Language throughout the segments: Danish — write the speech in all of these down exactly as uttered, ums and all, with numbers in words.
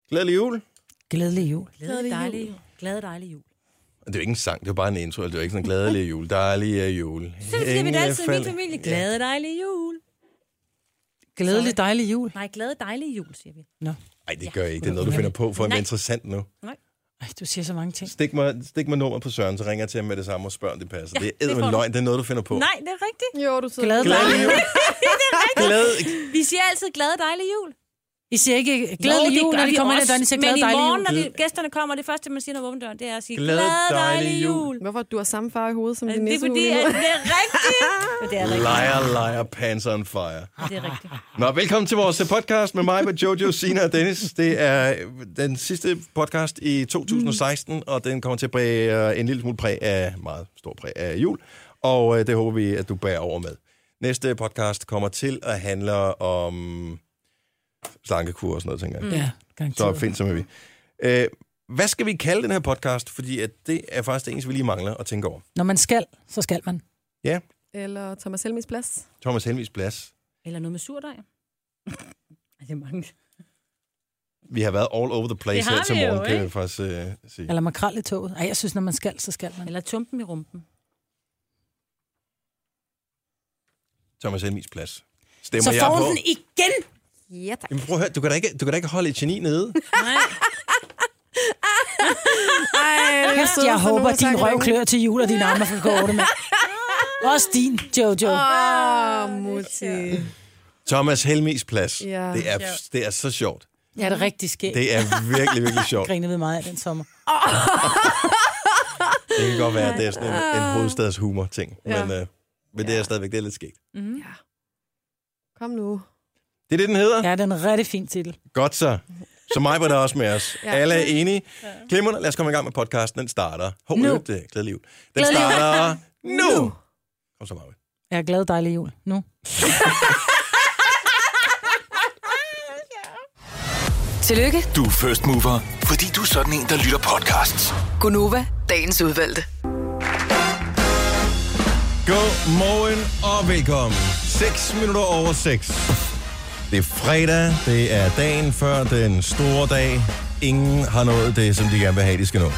Glædelig jul. Glædelig jul. Glædelig dejlig jul. Glad dejlig jul. Det er jo ikke en sang, det er bare en intro. Det er jo ikke sådan en glædelig jul. Dejlig jul. Så siger vi det altid i min familie. Glad dejlig jul. Glædelig dejlig jul. Nej, glad dejlig jul, siger vi. Nå. Nej, det gør jeg ikke. Det er noget, du finder på for at være interessant nu. Nej. Ej, du siger så mange ting. Stik mig, stik mig nummer på Søren, så ringer jeg til ham med det samme og spørger, om det passer. Ja, det er eddermame løgn, det er noget, du finder på. Nej, det er rigtigt. Jo, du sidder. Glad Glædelig jul. Det er rigtigt. Glæd... Vi siger altid glad dejlig jul. I siger ikke glædelig jul, når de kommer ind ad døren, I siger glad dejlig dejlig jul. Men i jul. morgen, når de, gæsterne kommer, det første, man siger, når åbner døren, det er at sige Glad glad dejlig dejlig jul. jul. Hvorfor du har samme farve i hovedet som din Det er nissehue fordi, lige nu? at det er rigtigt. Det er rigtigt. Liar, liar, pants on fire. Det er rigtigt. Nå, velkommen til vores podcast med mig, med Jojo, Sina og Dennis. Det er den sidste podcast i to tusind og seksten, mm. og den kommer til at bære en lille smule præg af, meget stor præg af jul. Og det håber vi, at du bærer over med. Næste podcast kommer til at handle om slankekur og sådan noget, tænker jeg. Mm. Ja, garanteret. Så fint, som er vi. Øh, hvad skal vi kalde den her podcast? Fordi at det er faktisk det eneste, vi lige mangler at tænke over. Når man skal, så skal man. Ja. Eller Thomas Helmis plads. Thomas Helmis plads. Eller noget med surdej. Det er mange. Vi har været all over the place her til morgen, kan jeg faktisk øh, sige. Eller makrel i toget. Ej, jeg synes, når man skal, så skal man. Eller tumpen i rumpen. Thomas Helmis plads. Stemmer så jeg får på? den igen! Ja, tak. Jamen, prøv at høre, du kan da ikke, du kan da ikke holde et geni nede. Nej. Ej, Kæft, jeg håber, din røv klør til jul, og dine arme skal gå over det med. Også din, Jojo. Åh, oh, Mutti. Thomas Helmis plads. Ja. Det, er, det er så sjovt. Ja, det er rigtig skægt. Det er virkelig, virkelig sjovt. Grinede vi meget af den sommer. Det kan godt være, at det er sådan en, en hovedstadshumor-ting. Ja. Men, øh, men det er stadigvæk, det er lidt skægt. Mm. Ja. Kom nu. Det er det, den hedder? Ja, det er en rigtig fin titel. Godt så. Så mig var der også med os. Ja. Alle er enige. Glimrende, lad os komme i gang med podcasten. Den starter. Hov, Nu. det er glædelig jul. Den Glædelig jul. starter nu. Nu. Kom så, Marve. Jeg er glad dejlig jul. Nu. Tillykke, Du er first mover, fordi du er sådan en, der lytter podcasts. Gunova, dagens udvalgte. Godmorgen og velkommen. seks minutter over seks. Det er fredag. Det er dagen før den store dag. Ingen har nået det, som de gerne vil have, de skal nå.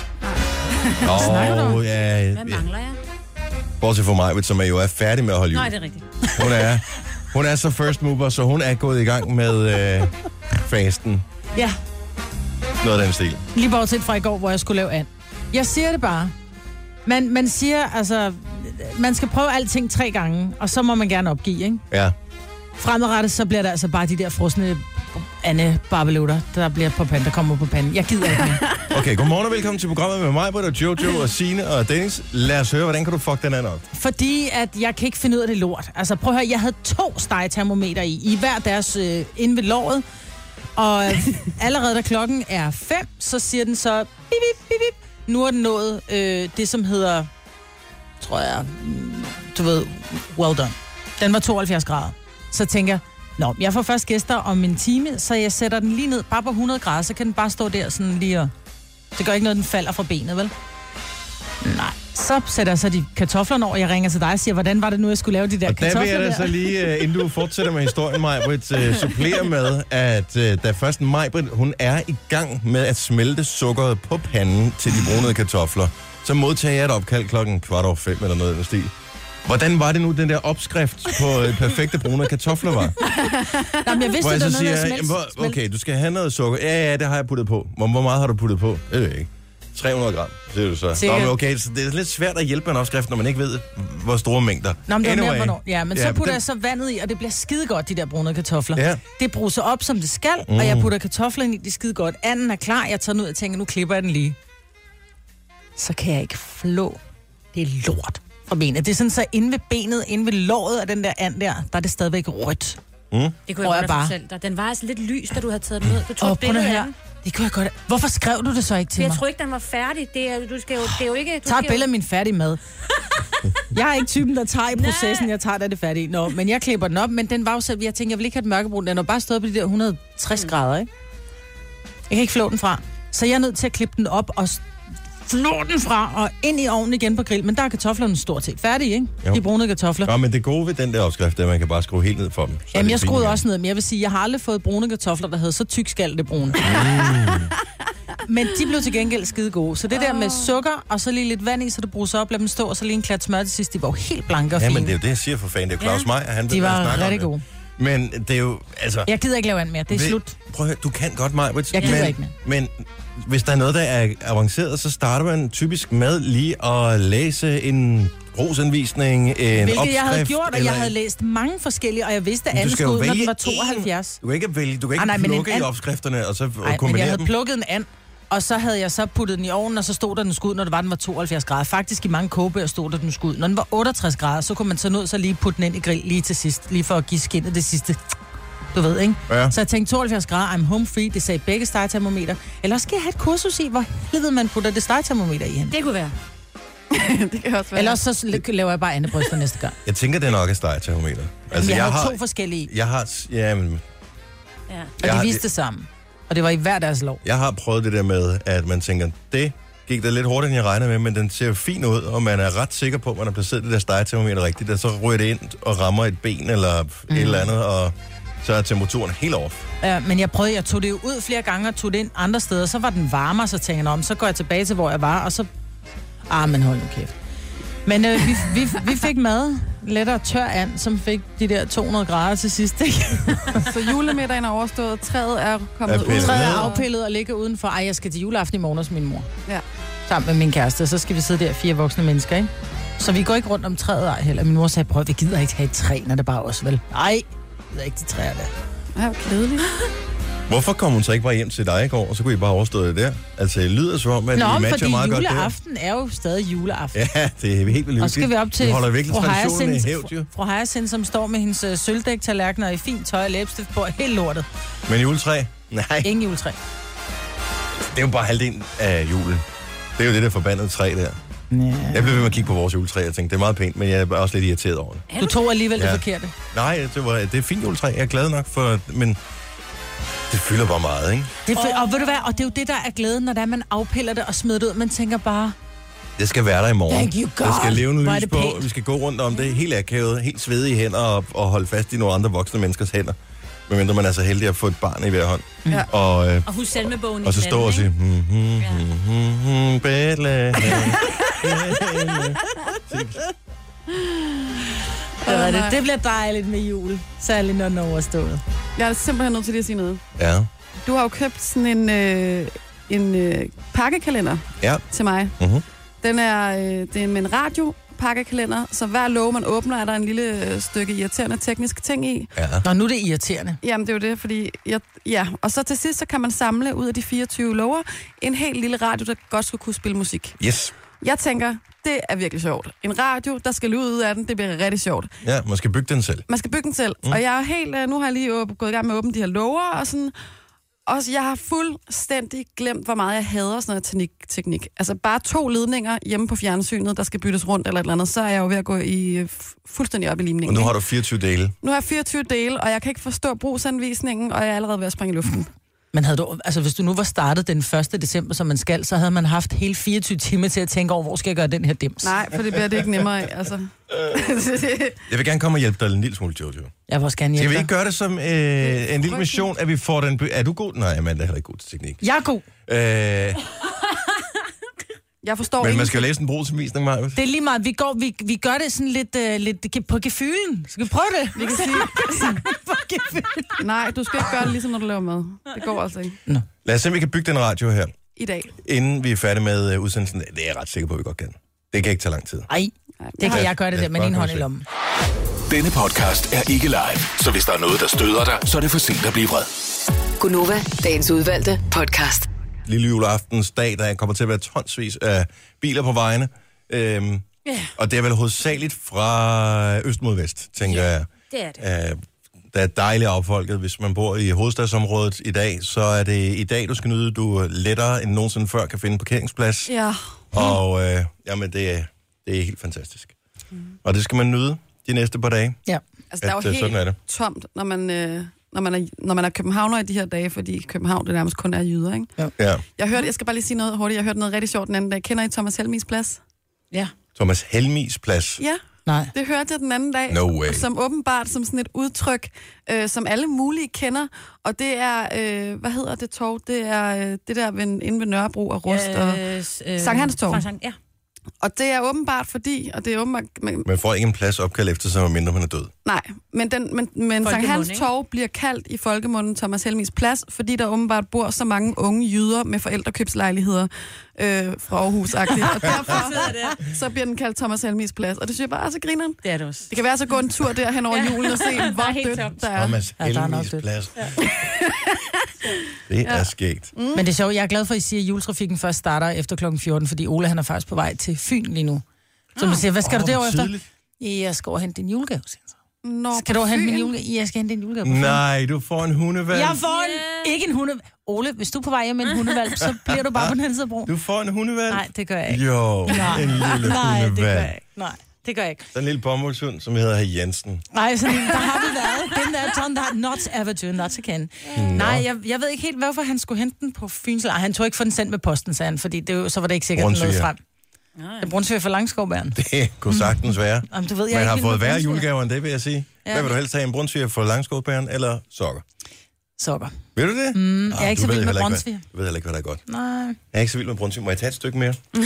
Og ja, Hvad mangler jeg? bortset fra mig, som er jo er færdig med at holde jul. Nej, det er rigtigt. Hun er, hun er så first mover, så hun er gået i gang med øh, fasten. Ja, Noget af den stil. lige bortset fra i går, hvor jeg skulle lave and. Jeg siger det bare. Man, man siger, altså, man skal prøve alting tre gange, og så må man gerne opgive, ikke? Ja. Fremadrettet, så bliver der altså bare de der frosne Anne-barbelutter, der bliver på panden, der kommer på panden. Jeg gider ikke mere. Okay, godmorgen og velkommen til programmet med mig, Britta, Jojo og Signe og Dennis. Lad os høre, hvordan kan du fuck den anden op? Fordi at jeg kan ikke finde ud af det lort. Altså prøv at høre, jeg havde to stegetermometer i, i hver deres øh, inde ved låret. Og øh, allerede da klokken er fem, så siger den så, bip, bip, bip, bip. Nu er den nået øh, det, som hedder, tror jeg, mm, du ved, well done. Den var tooghalvfjerds grader. Så tænker jeg, nå, jeg får først gæster om en time, så jeg sætter den lige ned, bare på hundrede grader, så kan den bare stå der sådan lige og... Det gør ikke noget, den falder fra benet, vel? Nej. Så sætter jeg så de kartoflerne over, jeg ringer til dig og siger, hvordan var det nu, jeg skulle lave de der Og der kartofler vil jeg da så lige, uh, inden du fortsætter med historien, Majbrit, uh, supplere med, at uh, da først Majbrit, hun er i gang med at smelte sukkeret på panden til de brunede kartofler, så modtager jeg et opkald klokken kvart over fem eller noget i den stil. Hvordan var det nu, den der opskrift på uh, perfekte brune kartofler var? Jamen, jeg vidste, Hvor jeg det så var noget, siger, der hvor, smelt. okay, du skal have noget sukker. Ja, ja, det har jeg puttet på. Hvor, hvor meget har du puttet på? Det ved jeg ikke. tre hundrede gram, siger du så. Nå, Sikkert. men okay, så det er lidt svært at hjælpe med en opskrift, når man ikke ved, hvor store mængder. Nå, men det var Anyway. mere, hvornår. Ja, men Ja, så putter den- jeg så vandet i, og det bliver skide godt, de der brune kartofler. Ja. Det bruser op, som det skal, mm. og jeg putter kartoflerne i, det er skide godt. Anden er klar, jeg tager den ud og tænker, nu klipper jeg den lige. Så kan jeg ikke flå. Det er lort fra benet. Det er sådan, så inde ved benet, inde ved låret af den der and der, der er det stadigvæk rødt. Mm. Det kunne Tror jeg jeg godt bare. have fortalt dig. Den var altså lidt lys, da du havde taget den ud. Du tog Åh, et prøv nu billede af her. den. Det kunne jeg godt. Hvorfor skrev du det så ikke til Jeg mig? tror ikke, den var færdig. Det er, du skal jo, det er jo ikke... Du Tag et skal billede af jo... min færdige mad. Jeg er ikke typen, der tager i processen, jeg tager, da det er færdigt. Nå, men jeg klipper den op, men den var jo selv, jeg tænker, jeg vil ikke have den mørkebrun. Den har bare stået på de der et hundrede og tres mm. grader, ikke? Jeg kan ikke flå den fra. Så jeg er nødt til at klippe den op og flå den fra og ind i ovnen igen på grill. Men der er kartoflerne stort set færdige, ikke? Jo. De brune kartofler. Ja, men det gode ved den der opskrift, er, at man kan bare skrue helt ned for dem. Så er Jamen, det jeg fint skruede igen. også ned, men jeg vil sige, jeg har aldrig fået brune kartofler, der havde så tyk skal det brune. Mm. men de blev til gengæld skide gode. Så det oh. der med sukker, og så lige lidt vand i, så det bruser op, lad dem stå, og så lige en klat smør til sidst. De var jo helt blanke og Ja, fine. men det er jo det, jeg siger for fanden. Det er Claus ja. Meier, han De ved, var snakker rigtig om gode. det. Men det er jo, altså... Jeg gider ikke lave andet mere, det er ved, slut. Prøv at høre, du kan godt, Maja. Jeg gider men, ikke mere. Men hvis der er noget, der er avanceret, så starter man typisk med lige at læse en brugsanvisning, en Hvilket opskrift, jeg havde gjort, og eller... jeg havde læst mange forskellige, og jeg vidste, at Du anden skal jo skud, når vælge den var tooghalvfjerds. Du kan ikke vælge, du kan ikke Ah, nej, men plukke en i and- opskrifterne, og så Nej, men kombinere jeg havde dem. plukket en and, og så havde jeg så puttet den i ovnen, og så stod der den skud, når det var, den var tooghalvfjerds grader. Faktisk i mange kogebøger stod der den skud. Når den var otteogtres grader, så kunne man så nødt så lige putte den ind i grill lige til sidst, lige for at give skinnet det sidste. Du ved, ikke? Ja. Så jeg tænkte tooghalvfjerds grader, I'm home free, det sagde begge stegetermometer. Eller skal jeg have et kursus i, hvor helvede man putter det stegetermometer i hen? Det kunne være. Det kan også være. Eller så laver jeg bare andebryster næste gang. Jeg tænker, det er nok et stegetermometer. Altså, jeg, jeg havde to forskellige, Jeg har... Ja, men, Ja. og jeg de har- viste det sammen. Og det var i hver deres lov. jeg har prøvet det der med, at man tænker, det gik da lidt hurtigere, end jeg regnede med, men den ser jo fin ud, og man er ret sikker på, at man har placeret det der stegetermometer rigtigt, og så ryger det ind og rammer et ben eller mm. et eller andet, og så er temperaturen helt off. Ja, men jeg prøvede, jeg tog det jo ud flere gange og tog det ind andre steder, så var den varmere, så tænkte jeg om, så går jeg tilbage til, hvor jeg var, og så... Ah, men hold nu kæft. Men øh, vi, vi, vi fik mad, lettere tør and, som fik de der to hundrede grader til sidst, ikke? Så julemiddagen er overstået, træet er kommet Er ud. pillet Træet er ned. afpillet og ligger udenfor. Ej, jeg skal til juleaften i morgen hos min mor. Ja. Sammen med min kæreste, så skal vi sidde der, fire voksne mennesker, ikke? Så vi går ikke rundt om træet ej heller. Min mor sagde, prøv, vi gider ikke have et træ, når det bare er os, vel? Nej, jeg gider ikke de træer der. Ja, hvor kedeligt. Hvorfor kom hun så ikke bare hjem til dig i går, og så kunne I bare overstå det der? Altså, det lyder som om, at Nå, I matcher fordi meget godt der. juleaften er jo stadig juleaften. Ja, det er helt vildt hyggeligt. Og så skal vi op til Vi holder virkelig fru traditionen i Hyacinth, hævd, jo. fru Hyacinth, som står med hendes uh, sølvdæk-tallerkener i fint tøj og læbestift på, helt lortet. Men juletræ? Nej, Ingen juletræ. det er jo bare halvdelen af julen. Det er jo det der forbandede træ der. Ja. Jeg blev ved med at kigge på vores juletræ og tænkte, det er meget pænt, men jeg er også lidt irriteret over det. Du tog alligevel ja. Ja. det forkerte. Nej, det, var, det er fint juletræ. Jeg er glad nok for, men det fylder bare meget, ikke? Det er for, og ved du hvad, og det er jo det, der er glæden, når det er, man afpiller det og smider det ud. Man tænker bare, Det skal være der i morgen. Thank you, God. Der skal levende Hvor er lys det på. pænt. Vi skal gå rundt om det helt akavet, helt svedige hænder og, og holde fast i nogle andre voksne menneskers hænder. Medmindre man er så heldig at få et barn i hver hånd. Ja. Og, øh, Og husk salmebogen i og så den stå og anden, sige, ikke? hmm, hmm, hmm, hmm, Bethlehem, Bethlehem. det, er det. det bliver dejligt med jul. Særligt når den er overstået. Jeg er simpelthen nødt til lige at sige noget. Ja, Du har jo købt sådan en, øh, en øh, pakkekalender ja. til mig. Mm-hmm. Den er, øh, det er med en radio-pakkekalender, så hver låge, man åbner, er der en lille øh, stykke irriterende teknisk ting i. Ja. Nå, nu er det irriterende. Jamen, det er jo det, fordi... Jeg, ja, og så til sidst, så kan man samle ud af de fireogtyve låger en helt lille radio, der godt skulle kunne spille musik. Yes. Jeg tænker, det er virkelig sjovt. En radio, der skal lyde ud af den, det bliver rigtig sjovt. Ja, man skal bygge den selv. Man skal bygge den selv. Mm. Og jeg er helt... øh, Nu har jeg lige åb- gået i gang med at åbne de her låger, og sådan... Og jeg har fuldstændig glemt, hvor meget jeg hader sådan noget teknik. teknik. Altså bare to ledninger hjemme på fjernsynet, der skal byttes rundt eller et eller andet, så er jeg jo ved at gå i øh, fuldstændig op i limningen. Og nu ikke? har du fireogtyve dele. Nu har jeg fireogtyve dele, og jeg kan ikke forstå brugsanvisningen, og jeg er allerede ved at springe i luften. Men havde du, altså hvis du nu var startet den første december, som man skal, så havde man haft hele fireogtyve timer til at tænke over, hvor skal jeg gøre den her dims? Nej, for det bliver det ikke nemmere af, altså. Jeg vil gerne komme og hjælpe dig en lille smule, Jojo. Jeg vil også gerne Skal hjælpe vi dig. ikke gøre det som øh, en lille mission, at vi får den... By- er du god? Nej, Amanda er heller ikke god til teknik. Jeg er god. Øh, Jeg forstår men ikke. man skal jo læse en brugsanvisning, Maja. Det er lige meget. Vi, går, vi, vi gør det sådan lidt, uh, lidt på gefylen. Skal vi prøve det? Vi kan sige, På gefylen. nej, du skal ikke gøre det ligesom, når du laver mad. Det går altså ikke. Lad os se, om vi kan bygge den radio her, I dag. inden vi er færdige med uh, udsendelsen. Det er jeg ret sikker på, at vi godt kan. Det kan ikke tage lang tid. Ej, det kan jeg gøre det Ja, der med bare en kom hånd i se. lommen. Denne podcast er ikke live, så hvis der er noget, der støder dig, så er det for sent at blive vred. Gunova, dagens udvalgte podcast. Lille juleaftens dag, der kommer til at være tonsvis af biler på vejene. Øhm, Ja. Og det er vel hovedsageligt fra øst mod vest, tænker jeg. Det er det. Øh, der er dejligt affolket. Hvis man bor i hovedstadsområdet i dag, så er det i dag, du skal nyde, du lettere end nogensinde før kan finde en parkeringsplads. Ja. Og øh, jamen, det er, det er helt fantastisk. Mm. Og det skal man nyde de næste par dage. Ja. Altså, der er At, jo øh, sådan er helt det. tomt, når man, øh, når, man er, når man er københavner i de her dage, fordi København det nærmest kun er jyder, ikke? Ja. Jeg hørte, jeg skal bare lige sige noget hurtigt, jeg hørte noget rigtig sjovt den anden dag. Kender I Thomas Helmis plads? Ja. Thomas Helmis plads. Ja. Nej. Det hørte jeg den anden dag. No way. Som åbenbart som sådan et udtryk, øh, som alle mulige kender. Og det er, øh, hvad hedder det torv? Det er øh, det der ved, inde ved Nørrebro og Rust og øh, Sankt Hans Torv. Sankt, ja. Og det er åbenbart fordi, og det er åbenbart... Men, Man får ikke en plads opkaldt efter sig, mindre man er død. nej, men, den, men, men Sankt Hans ikke? Torv bliver kaldt i folkemunden Thomas Helmis Plads, fordi der åbenbart bor så mange unge jyder med forældrekøbslejligheder øh, fra Aarhus-agtigt. Og derfor så bliver den kaldt Thomas Helmis Plads. Og det synes jeg bare er så grineren. Det er det også. Det kan være så gå en tur der hen over julen og se, hvor helt dødt tomt. der er. Thomas Ja, der er nok Helmis det. plads. Det er skægt. Mm. Men det er sjovt, jeg er glad for, at I siger, at juletrafikken først starter efter klokken fjorten, fordi Ole han er faktisk på vej til Fyn lige nu. Så man siger, hvad skal Åh, du hvor derovre efter? tidligt. Ja, jeg skal over og hente din julegave, siger han så. Nå, Skal du på hente min Fyn? julegave? Ja, jeg skal hente din julegave på Fyn. Nej, du får en hundevalg. Jeg får en, ikke en hunde... Ole, hvis du er på vej hjem med en hundevalg, så bliver du bare på den anden side af broen. Du får en hundevalg? Nej, det gør jeg ikke. Jo, Nej. en lille Nej, det gør hundevalg. jeg ikke. Nej, det gør jeg ikke. Den lille bomuldshund, som hedder Herr Jensen. Nej, sådan, der har vi været. Den der John, der har not ever do, not again. Nej, jeg, jeg ved ikke helt, hvorfor han skulle hente den på Fyns. Nej, han tog ikke få den sendt med posten, sagde han, fordi det, var- så var det ikke sikkert, den nåede Brunsviger. frem. Det er Brunsviger for Langskovbæren. Det kunne sagtens være. Jamen, du ved, jeg er Man ikke har vild fået med værre Brunsviger. julegaver end det, vil jeg sige. Ja. Hvad vil du helst have, en brunsviger for langskålbæren eller sokker? Sokker. Vil du det? Mm, jeg er ikke så vild med Brunsviger. Brunsviger. Du ved heller ikke, hvad der er godt. Nej. Jeg er ikke så vild med brunsviger. Må jeg tage et stykke mere? det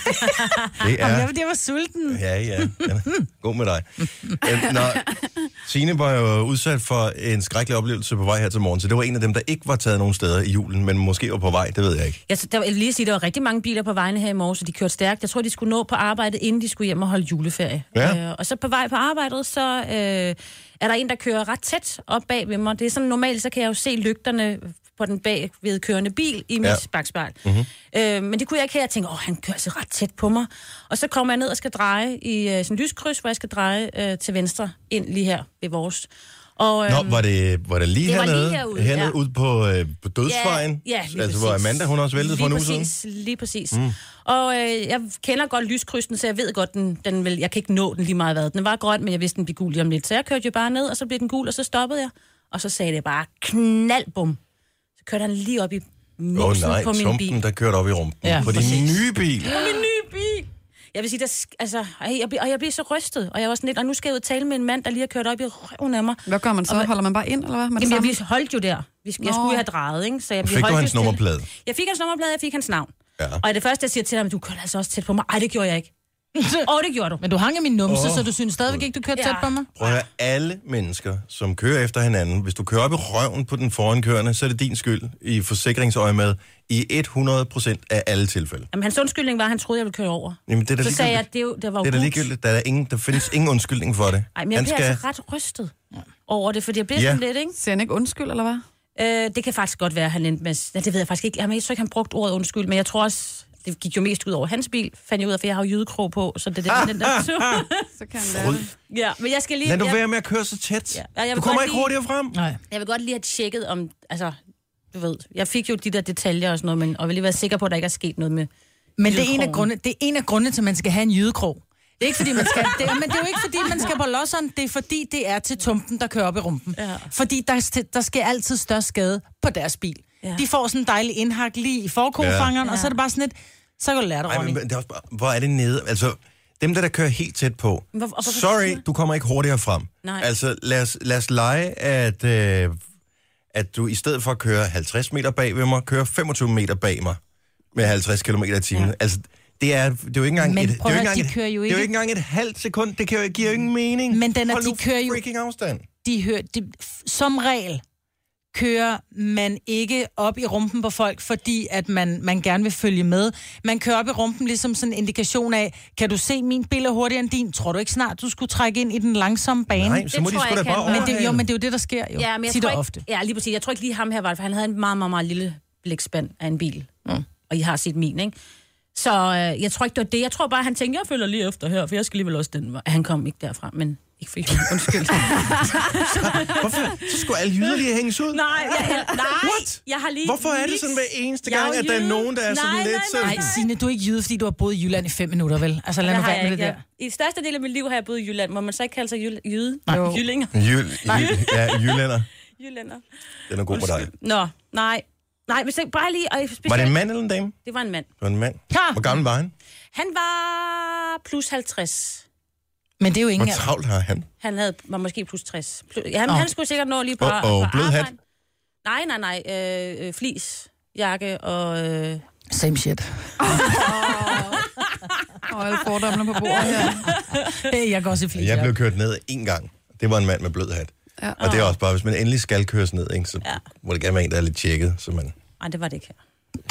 Jamen, er... jeg, jeg var sulten. Ja, ja. ja. God med dig. Øhm, Nå, Signe var jo udsat for en skrækkelig oplevelse på vej her til morgen, så det var en af dem, der ikke var taget nogen steder i julen, men måske var på vej, det ved jeg ikke. Jeg, der, jeg vil lige sige, der var rigtig mange biler på vejene her i morges, så de kørte stærkt. Jeg tror, de skulle nå på arbejdet, inden de skulle hjem og holde juleferie. Ja. Øh, og så på vej på arbejdet, så øh, er der en, der kører ret tæt op bag ved mig. Det er sådan normalt, så kan jeg jo se lygterne på den bagved kørende bil i mit Ja. ja. bagspejl. Mm-hmm. Øh, men det kunne jeg ikke her. Jeg tænkte, åh, han kører altså ret tæt på mig. Og så kommer jeg ned og skal dreje i øh, sådan en lyskryds, hvor jeg skal dreje øh, til venstre ind lige her ved vores. Og, øh, Nå, var det, var det lige det var lige hernede? herude, hernede ja. ude på, øh, på Dødsvejen? Ja, ja, lige altså, hvor præcis. Amanda, hun også væltede for en uge siden? præcis, lige præcis. Mm. Og øh, jeg kender godt lyskrydsen, så jeg ved godt, den, den vil, jeg kan ikke nå den lige meget hvad. Den var grøn, men jeg vidste, den blev gul lige om lidt. Så jeg kørte jo bare ned, og så blev den gul, og så stoppede jeg. Og så sagde det bare knaldbum. Så kørte han lige op i Åh musen oh, nej, på min tumpen, bil. der kørte op i rumpen. Ja, på din præcis. nye bil. På min nye bil! Jeg vil sige, der, sk- altså, ej, jeg, blev, og jeg blev så rystet, og jeg var sådan lidt, og nu skal jeg ud og tale med en mand, der lige har kørt op i røven af mig. Hvad gør man så? Og hvad- Holder man bare ind, eller hvad? Med det Jamen, samme? jeg, vi holdt jo der. Vi, jeg Nå. skulle jo have drejet, ikke? Så jeg, vi Fik holdt du jo hans stille. nummerplade? Jeg fik hans nummerplade, jeg fik hans navn. Ja. Og det første, jeg siger til ham, du kørte altså også tæt på mig. Ej, det gjorde jeg ikke. Åh, oh, det gjorde du. Men du hang i min numse, Åh. oh. så du synes stadigvæk ikke, du kørte Ja. tæt på mig? Prøv at høre, alle mennesker, som kører efter hinanden, hvis du kører op i røven på den forankørende, så er det din skyld i forsikringsøje med i hundrede procent af alle tilfælde. Jamen, hans undskyldning var, at han troede, jeg ville køre over. Jamen, det er da Så sagde jeg, ligegyldigt. at det, jo- det var jo Det er da gult. ligegyldigt. Der, er ingen, der findes ingen undskyldning for det. Ej, men jeg Han bliver skal... altså ret rystet over det, fordi jeg bliver Ja. ja. sådan lidt, ikke? Siger han ikke undskyld, eller hvad? Øh, det kan faktisk godt være, at han endte med... Ja, det ved jeg faktisk ikke. Jamen, jeg tror ikke, han brugte ordet undskyld, men jeg tror også, det gik jo mest ud over hans bil, fandt jeg ud af, for jeg har jo jydekrog på, så det er det, den der tur. Så kan han lære det. Ja, men jeg skal lige... Lad du jeg, være med at køre så tæt. Ja, og jeg vil Du kommer godt ikke lige- hurtigere frem. Nej. jeg vil godt lige have tjekket om... Altså, du ved, jeg fik jo de der detaljer og sådan noget, men, og jeg vil lige være sikker på, at der ikke er sket noget med... Men det er, en af Jydekrogen. grunde, det er en af grundene til, at man skal have en jydekrog. Det er ikke fordi, man skal... Det er, men det er jo ikke fordi, man skal på losseren. Det er fordi, det er til tumpen, der kører op i rumpen. Ja. Fordi der, der sker altid størst skade på deres bil. Ja. De får sådan en dejlig indhak lige i forkofangeren, Ja. og så er det bare sådan lidt... Så kan du lære det, Ej, Ronny. men det er også bare, hvor er det nede? Altså, dem der, der kører helt tæt på. Hvor- og hvorfor Sorry, siger du? du kommer ikke hurtigere frem. Nej. Altså, lad os, lad os lege, at, øh, at du i stedet for at køre halvtreds meter bag ved mig, kører femogtyve meter bag mig med halvtreds kilometer i timen. Ja. Altså, det er, det er jo ikke engang Men et, det prøv er jo at ikke høre, engang de et, kører jo det er jo ikke- ikke engang et halvt sekund. Det kan jo, giver jo ingen mening. Men den er- Hold de nu kører jo- freaking afstand. De hører, de, f- som regel kører man ikke op i rumpen på folk, fordi at man, man gerne vil følge med. Man kører op i rumpen ligesom sådan en indikation af, kan du se, min bil er hurtigere end din? Tror du ikke snart, du skulle trække ind i den langsomme bane? Nej, så Det må de tror sgu jeg da kan. bare Men det, jo, overhale. men det er jo det, der sker jo. Ja, men jeg Tit tror og ikke, ofte. Ja, lige præcis. Jeg tror ikke lige ham her var det, for han havde en meget, meget, meget lille blækspand af en bil. Mm. Og I har set min, ikke? Så øh, jeg tror ikke, det var det. Jeg tror bare, han tænkte, jeg følger lige efter her, for jeg skal alligevel også den vej. Han kom ikke derfra, men ikke fordi undskyld. Hvorfor? Så skulle alle jyder lige hænges ud? nej, jeg, jeg, nej, What? jeg har lige... Hvorfor er det lige- sådan hver eneste Jeg er gang, jo at der er jyde. nogen, der er sådan Nej, lidt... nej, så- nej. Nej, Signe, du er ikke jyde, fordi du har boet i Jylland i fem minutter, vel? Altså, lad Det nu har være jeg med det ikke. der. Jeg, I største del af mit liv har jeg boet i Jylland. Må man så ikke kalde sig jyde? jyde? Nej. Jyllinger. Jyl, jyl, ja, jyllænder. Jyllænder. Den er god på dig. Nå, nej. Nej, hvis ikke bare lige... Og specielt, Var det en mand eller en dame? Det var en mand. Det var en mand. Ha! Hvor gammel var han? Han var plus halvtreds. Men det er jo ingen Hvor travlt har han? Han havde, var måske plus tres. Plus, ja, han, Nå. han skulle sikkert nå lige på, Og- og på blød hat? arbejde. Nej, nej, nej. Øh, øh, flis, jakke og... Øh... Same shit. Og alle fordommene på bordet her. Hey, jeg går også i flis. Jeg blev kørt ned en gang. Det var en mand med blød hat. Ja. Og det er også bare, hvis man endelig skal køres ned, ikke, så Ja. må det gerne være en, der er lidt tjekket. Så man... Nej, det var det ikke her.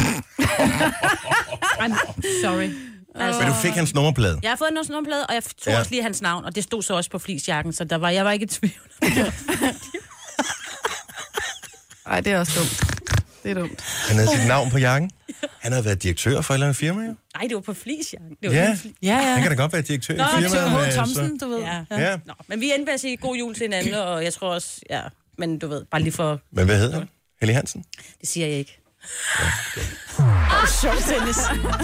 I'm sorry. Altså, Men du fik hans nummerplade. jeg har fået noget nummerplade, og jeg tog Ja. ja. også lige hans navn, og det stod så også på flisjakken, så der var, jeg var ikke i tvivl. Ej, det er også dumt. Det er dumt. Han havde sit navn på jakken. Han havde været direktør for et eller andet firma, jo. Nej, det var på flisjakken. Det var Ja. ikke flis- Ja, ja. Han kan da godt være direktør i Nå, firmaet. Direktør med, H. så- Thomsen, du ved. Ja. Ja. Nå, men vi endte med at sige god jul til hinanden, og jeg tror også, ja, men du ved, bare lige for, Men hvad hedder han? Helly Hansen? det siger jeg ikke. Sjovt, Dennis.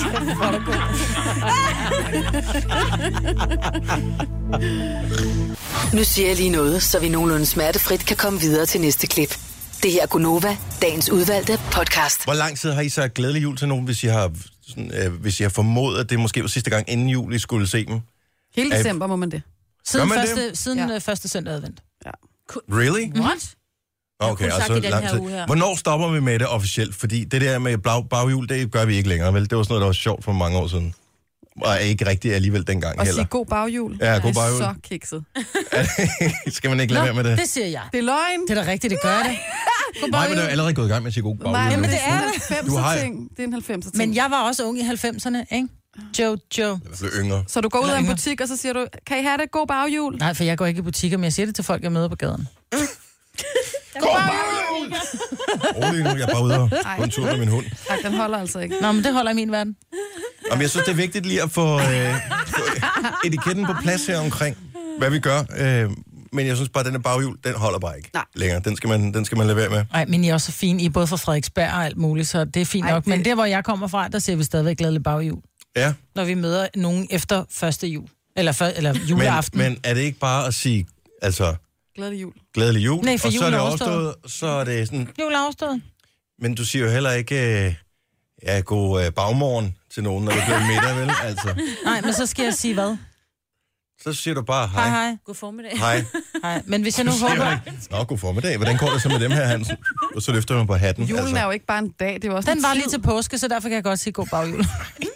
Nu siger jeg lige noget, så vi nogenlunde smertefrit kan komme videre til næste klip. Det her er Gunova, dagens udvalgte podcast. Hvor lang tid har I så glædelig jul til nogen, hvis I har, sådan, øh, hvis I har formodet, at det måske var sidste gang inden jul, I skulle se dem? Hele Er- december må man det. Siden, Gør man det? første, siden Ja. ja. første søndag advent. Really? What? Okay, kun sagt altså i den lang her tid. uge her. Hvornår stopper vi med det officielt? Fordi det der med bag, baghjul, det gør vi ikke længere, vel? Det var sådan noget, der var sjovt for mange år siden. Og ikke rigtigt alligevel dengang Og heller. sige god baghjul. Ja, god Det er baghjul. så kikset. Skal man ikke lade være med det? det siger jeg. Det er løgn. Det er da rigtigt, det gør det. Nej, men det er jo allerede gået i gang med at sige god baghjul. Nej, men Jamen, nu. det er en det. Du har- halvfemser ting. Det er en halvfemser ting. Men jeg var også ung i halvfemserne, ikke? Joe, Joe. I hvert fald yngre. Så du går ud Eller af en yngre. butik, og så siger du, kan I have det? God baghjul. Nej, for jeg går ikke i butikker, men jeg siger det til folk, jeg møder på gaden. God baghjul! Rolig nu, jeg er bare ude og gå en tur med min hund. Nej, den holder altså ikke. Nå, men det holder i min verden. Jamen, jeg synes, det er vigtigt lige at få, øh, få etiketten på plads her omkring, hvad vi gør. Øh, men jeg synes bare, at den her baghjul, den holder bare ikke Nej. længere. Den skal man, den skal man lade være med. Nej, men I er også så fine. I er både fra Frederiksberg og alt muligt, så det er fint Ej, nok. Men det- der, hvor jeg kommer fra, der ser vi stadigvæk glædelig baghjul. Ja, Når vi møder nogen efter første jul. Eller, for, eller men, juleaften. men er det ikke bare at sige, altså, Glædelig jul. glædelig jul, Nej, for og så er julen det er overstået, så er det sådan, Jul er afstået. men du siger jo heller ikke, øh, ja, god øh, bagmorgen til nogen, når det bliver middag, vel? Altså, Nej, men så skal jeg sige hvad? så siger du bare Hej, hej. hej. God formiddag. Hej. hej. Men hvis jeg nu Siger håber... du ikke, Nå, god formiddag. Hvordan går det så med dem her, Hansen? Og så løfter man på hatten. Julen altså. er jo ikke bare en dag, det er jo også Den en var tid. lige til påske, så derfor kan jeg godt sige god baghjul.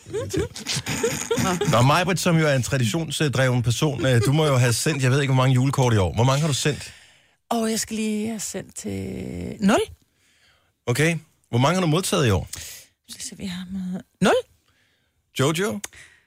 Nå, Majbrit, som jo er en traditionsdreven person, øh, du må jo have sendt, jeg ved ikke, hvor mange julekort i år. Hvor mange har du sendt? Og jeg skal lige have sendt til... nul. Okay. Hvor mange har du modtaget i år? Så skal vi have med... nul? Jojo?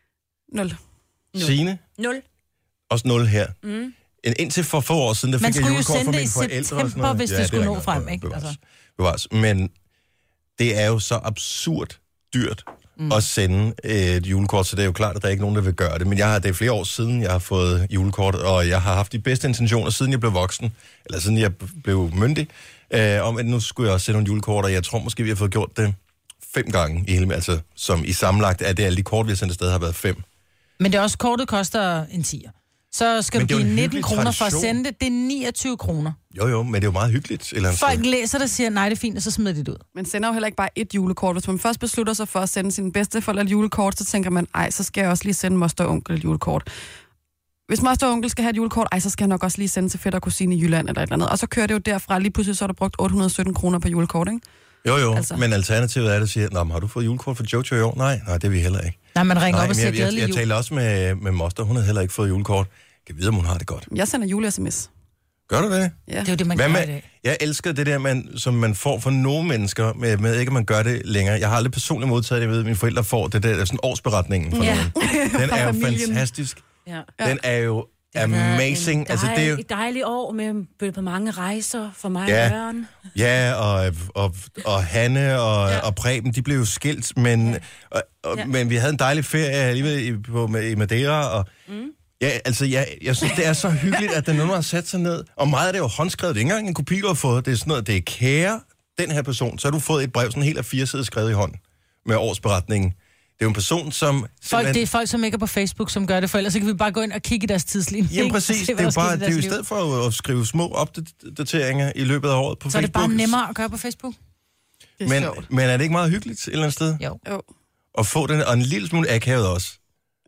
Nul. Signe? Nul. Også nul her. Mm. En, indtil for få år siden, der Man fik jeg skulle jo julekort fra sende det mine i forældre. og sådan september, noget. hvis det er skulle nå rigtigt. frem, ikke? Bevares. Altså. Bevares. Men det er jo så absurd dyrt mm. at sende et julekort, så det er jo klart, at der er ikke nogen, der vil gøre det. Men jeg har, det er flere år siden, jeg har fået julekort, og jeg har haft de bedste intentioner, siden jeg blev voksen, eller siden jeg blev myndig, øh, om at nu skulle jeg også sende nogle julekort, og jeg tror måske, vi har fået gjort det fem gange i hele, altså som i sammenlagt, at det alle de kort, vi har sendt afsted, har været fem. Men det er også, kortet koster en tier. Så skal Men du det er jo give en nitten hyggelig kroner for at tradition. sende det. Det er niogtyve kroner. Jo jo, men det er jo meget hyggeligt. Et eller andet Folk sted. læser det og siger, nej, det er fint, og så smider de det ud. Man sender jo heller ikke bare et julekort. Hvis man først beslutter sig for at sende sine bedsteforældre et julekort, så tænker man, ej, så skal jeg også lige sende moster og onkel et julekort. Hvis moster og onkel skal have et julekort, ej, så skal jeg nok også lige sende til fætter og kusine i Jylland eller et eller andet. Og så kører det jo derfra, lige pludselig så er der brugt otte hundrede og sytten kroner per julekort, ikke? Jo jo, altså. Altså. Men alternativet er, at du siger, nå, men har du fået julekort for Jojo i år? Nej, nej, det er vi heller ikke. Nej, man ringer Nej, op og men siger jeg, jeg, glædelig jeg jul. taler også med, med moster, hun har heller ikke fået julekort. Jeg ved, om hun har det godt. Jeg sender jule-sms. Gør du det? Ja. Det er jo det, man Hvad gør i med, dag. jeg elsker det der, man, som man får fra nogle mennesker, med, med ikke at man gør det længere. Jeg har aldrig personligt modtaget det, jeg ved, at mine forældre får det der, sådan årsberetningen fra Ja. nogen. Den er jo familien. fantastisk. Ja. Den er jo amazing. Det Altså, det er jo, et dejligt år med bød på mange rejser for mig Ja. og børn. ja, og, og, og Hanne og, ja. og Preben, de blev jo skilt, men, og, og, Ja. men vi havde en dejlig ferie alligevel i, på, i Madeira, og mm. ja, altså, jeg, jeg synes, det er så hyggeligt, at der nogen har sat sig ned, og meget af det er jo håndskrevet. Det er ikke engang en kopi, du har fået. Det er sådan noget, det er kære, den her person. Så har du fået et brev, sådan helt af fire sider skrevet i hånd, med årsberetningen. Det er jo en person, som... Folk, det er folk, som ikke er på Facebook, som gør det, for ellers så kan vi bare gå ind og kigge i deres tidslinje. Jamen ikke? præcis, Og se, det hvad er jo der bare, skete det er jo i deres liv. stedet for at skrive små opdateringer i løbet af året på Så er det Facebook. bare nemmere at gøre på Facebook? Det er Men, sjovt. men er det ikke meget hyggeligt et eller andet sted? Jo. Jo. At få den, og en lille smule akavet også. Ja.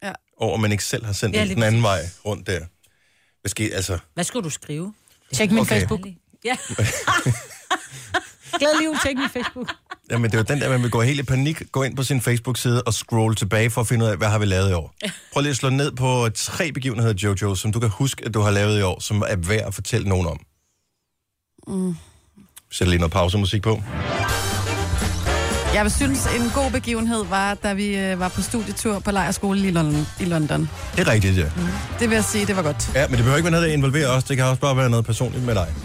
over, at man ikke selv har sendt Ja, ja, lige den anden præcis. vej rundt der. Hvad sker, altså... Hvad skulle du skrive? Tjek min Okay. Facebook. Ja. Glædelig jul, tjek min Facebook. Jamen, det er jo den der, man vil gå helt i panik, gå ind på sin Facebook-side og scrolle tilbage for at finde ud af, hvad har vi lavet i år. Prøv lige at slå ned på tre begivenheder, Jojo, som du kan huske, at du har lavet i år, som er værd at fortælle nogen om. Mm. Sæt lige noget pausemusik på. Jeg vil synes, en god begivenhed var, da vi øh, var på studietur på lejrskole i London. I London. Det er rigtigt, ja. Mm. Det vil jeg sige, det var godt. Ja, men det behøver ikke være noget, der involverer os. Det kan også bare være noget personligt med dig.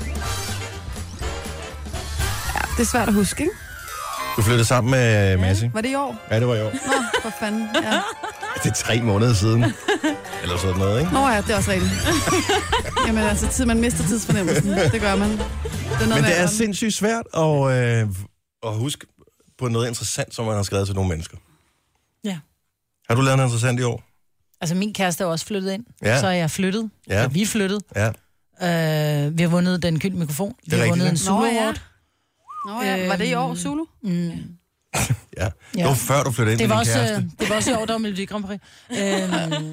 Ja, det er svært at huske, ikke? Du flyttede sammen med ja. Massi. Var det i år? Ja, det var i år. Nå, for fanden, ja. Det er tre måneder siden. Eller sådan noget, ikke? Nå ja, det er også rigtigt. Jamen altså, tid, man mister tidsfornemmelsen. Det gør man. Det er noget Men det er værd. sindssygt svært at, øh, at huske på noget interessant, som man har skrevet til nogle mennesker. Ja. Har du lavet noget interessant i år? Altså, min kæreste er også flyttet ind. Ja. Så er jeg flyttet. Ja. Ja. Vi er flyttet. Ja. Øh, vi har vundet den gyldne mikrofon. Vi har rigtigt, vundet ja. en Zulu Nå, ja. Award. Nå ja, var det i år, Zulu? Mm. Ja. Det Ja. var før, du flyttede ind Det med var, din også, kæreste. øh, det var også i år, der var Melodi Grand Prix. Øhm,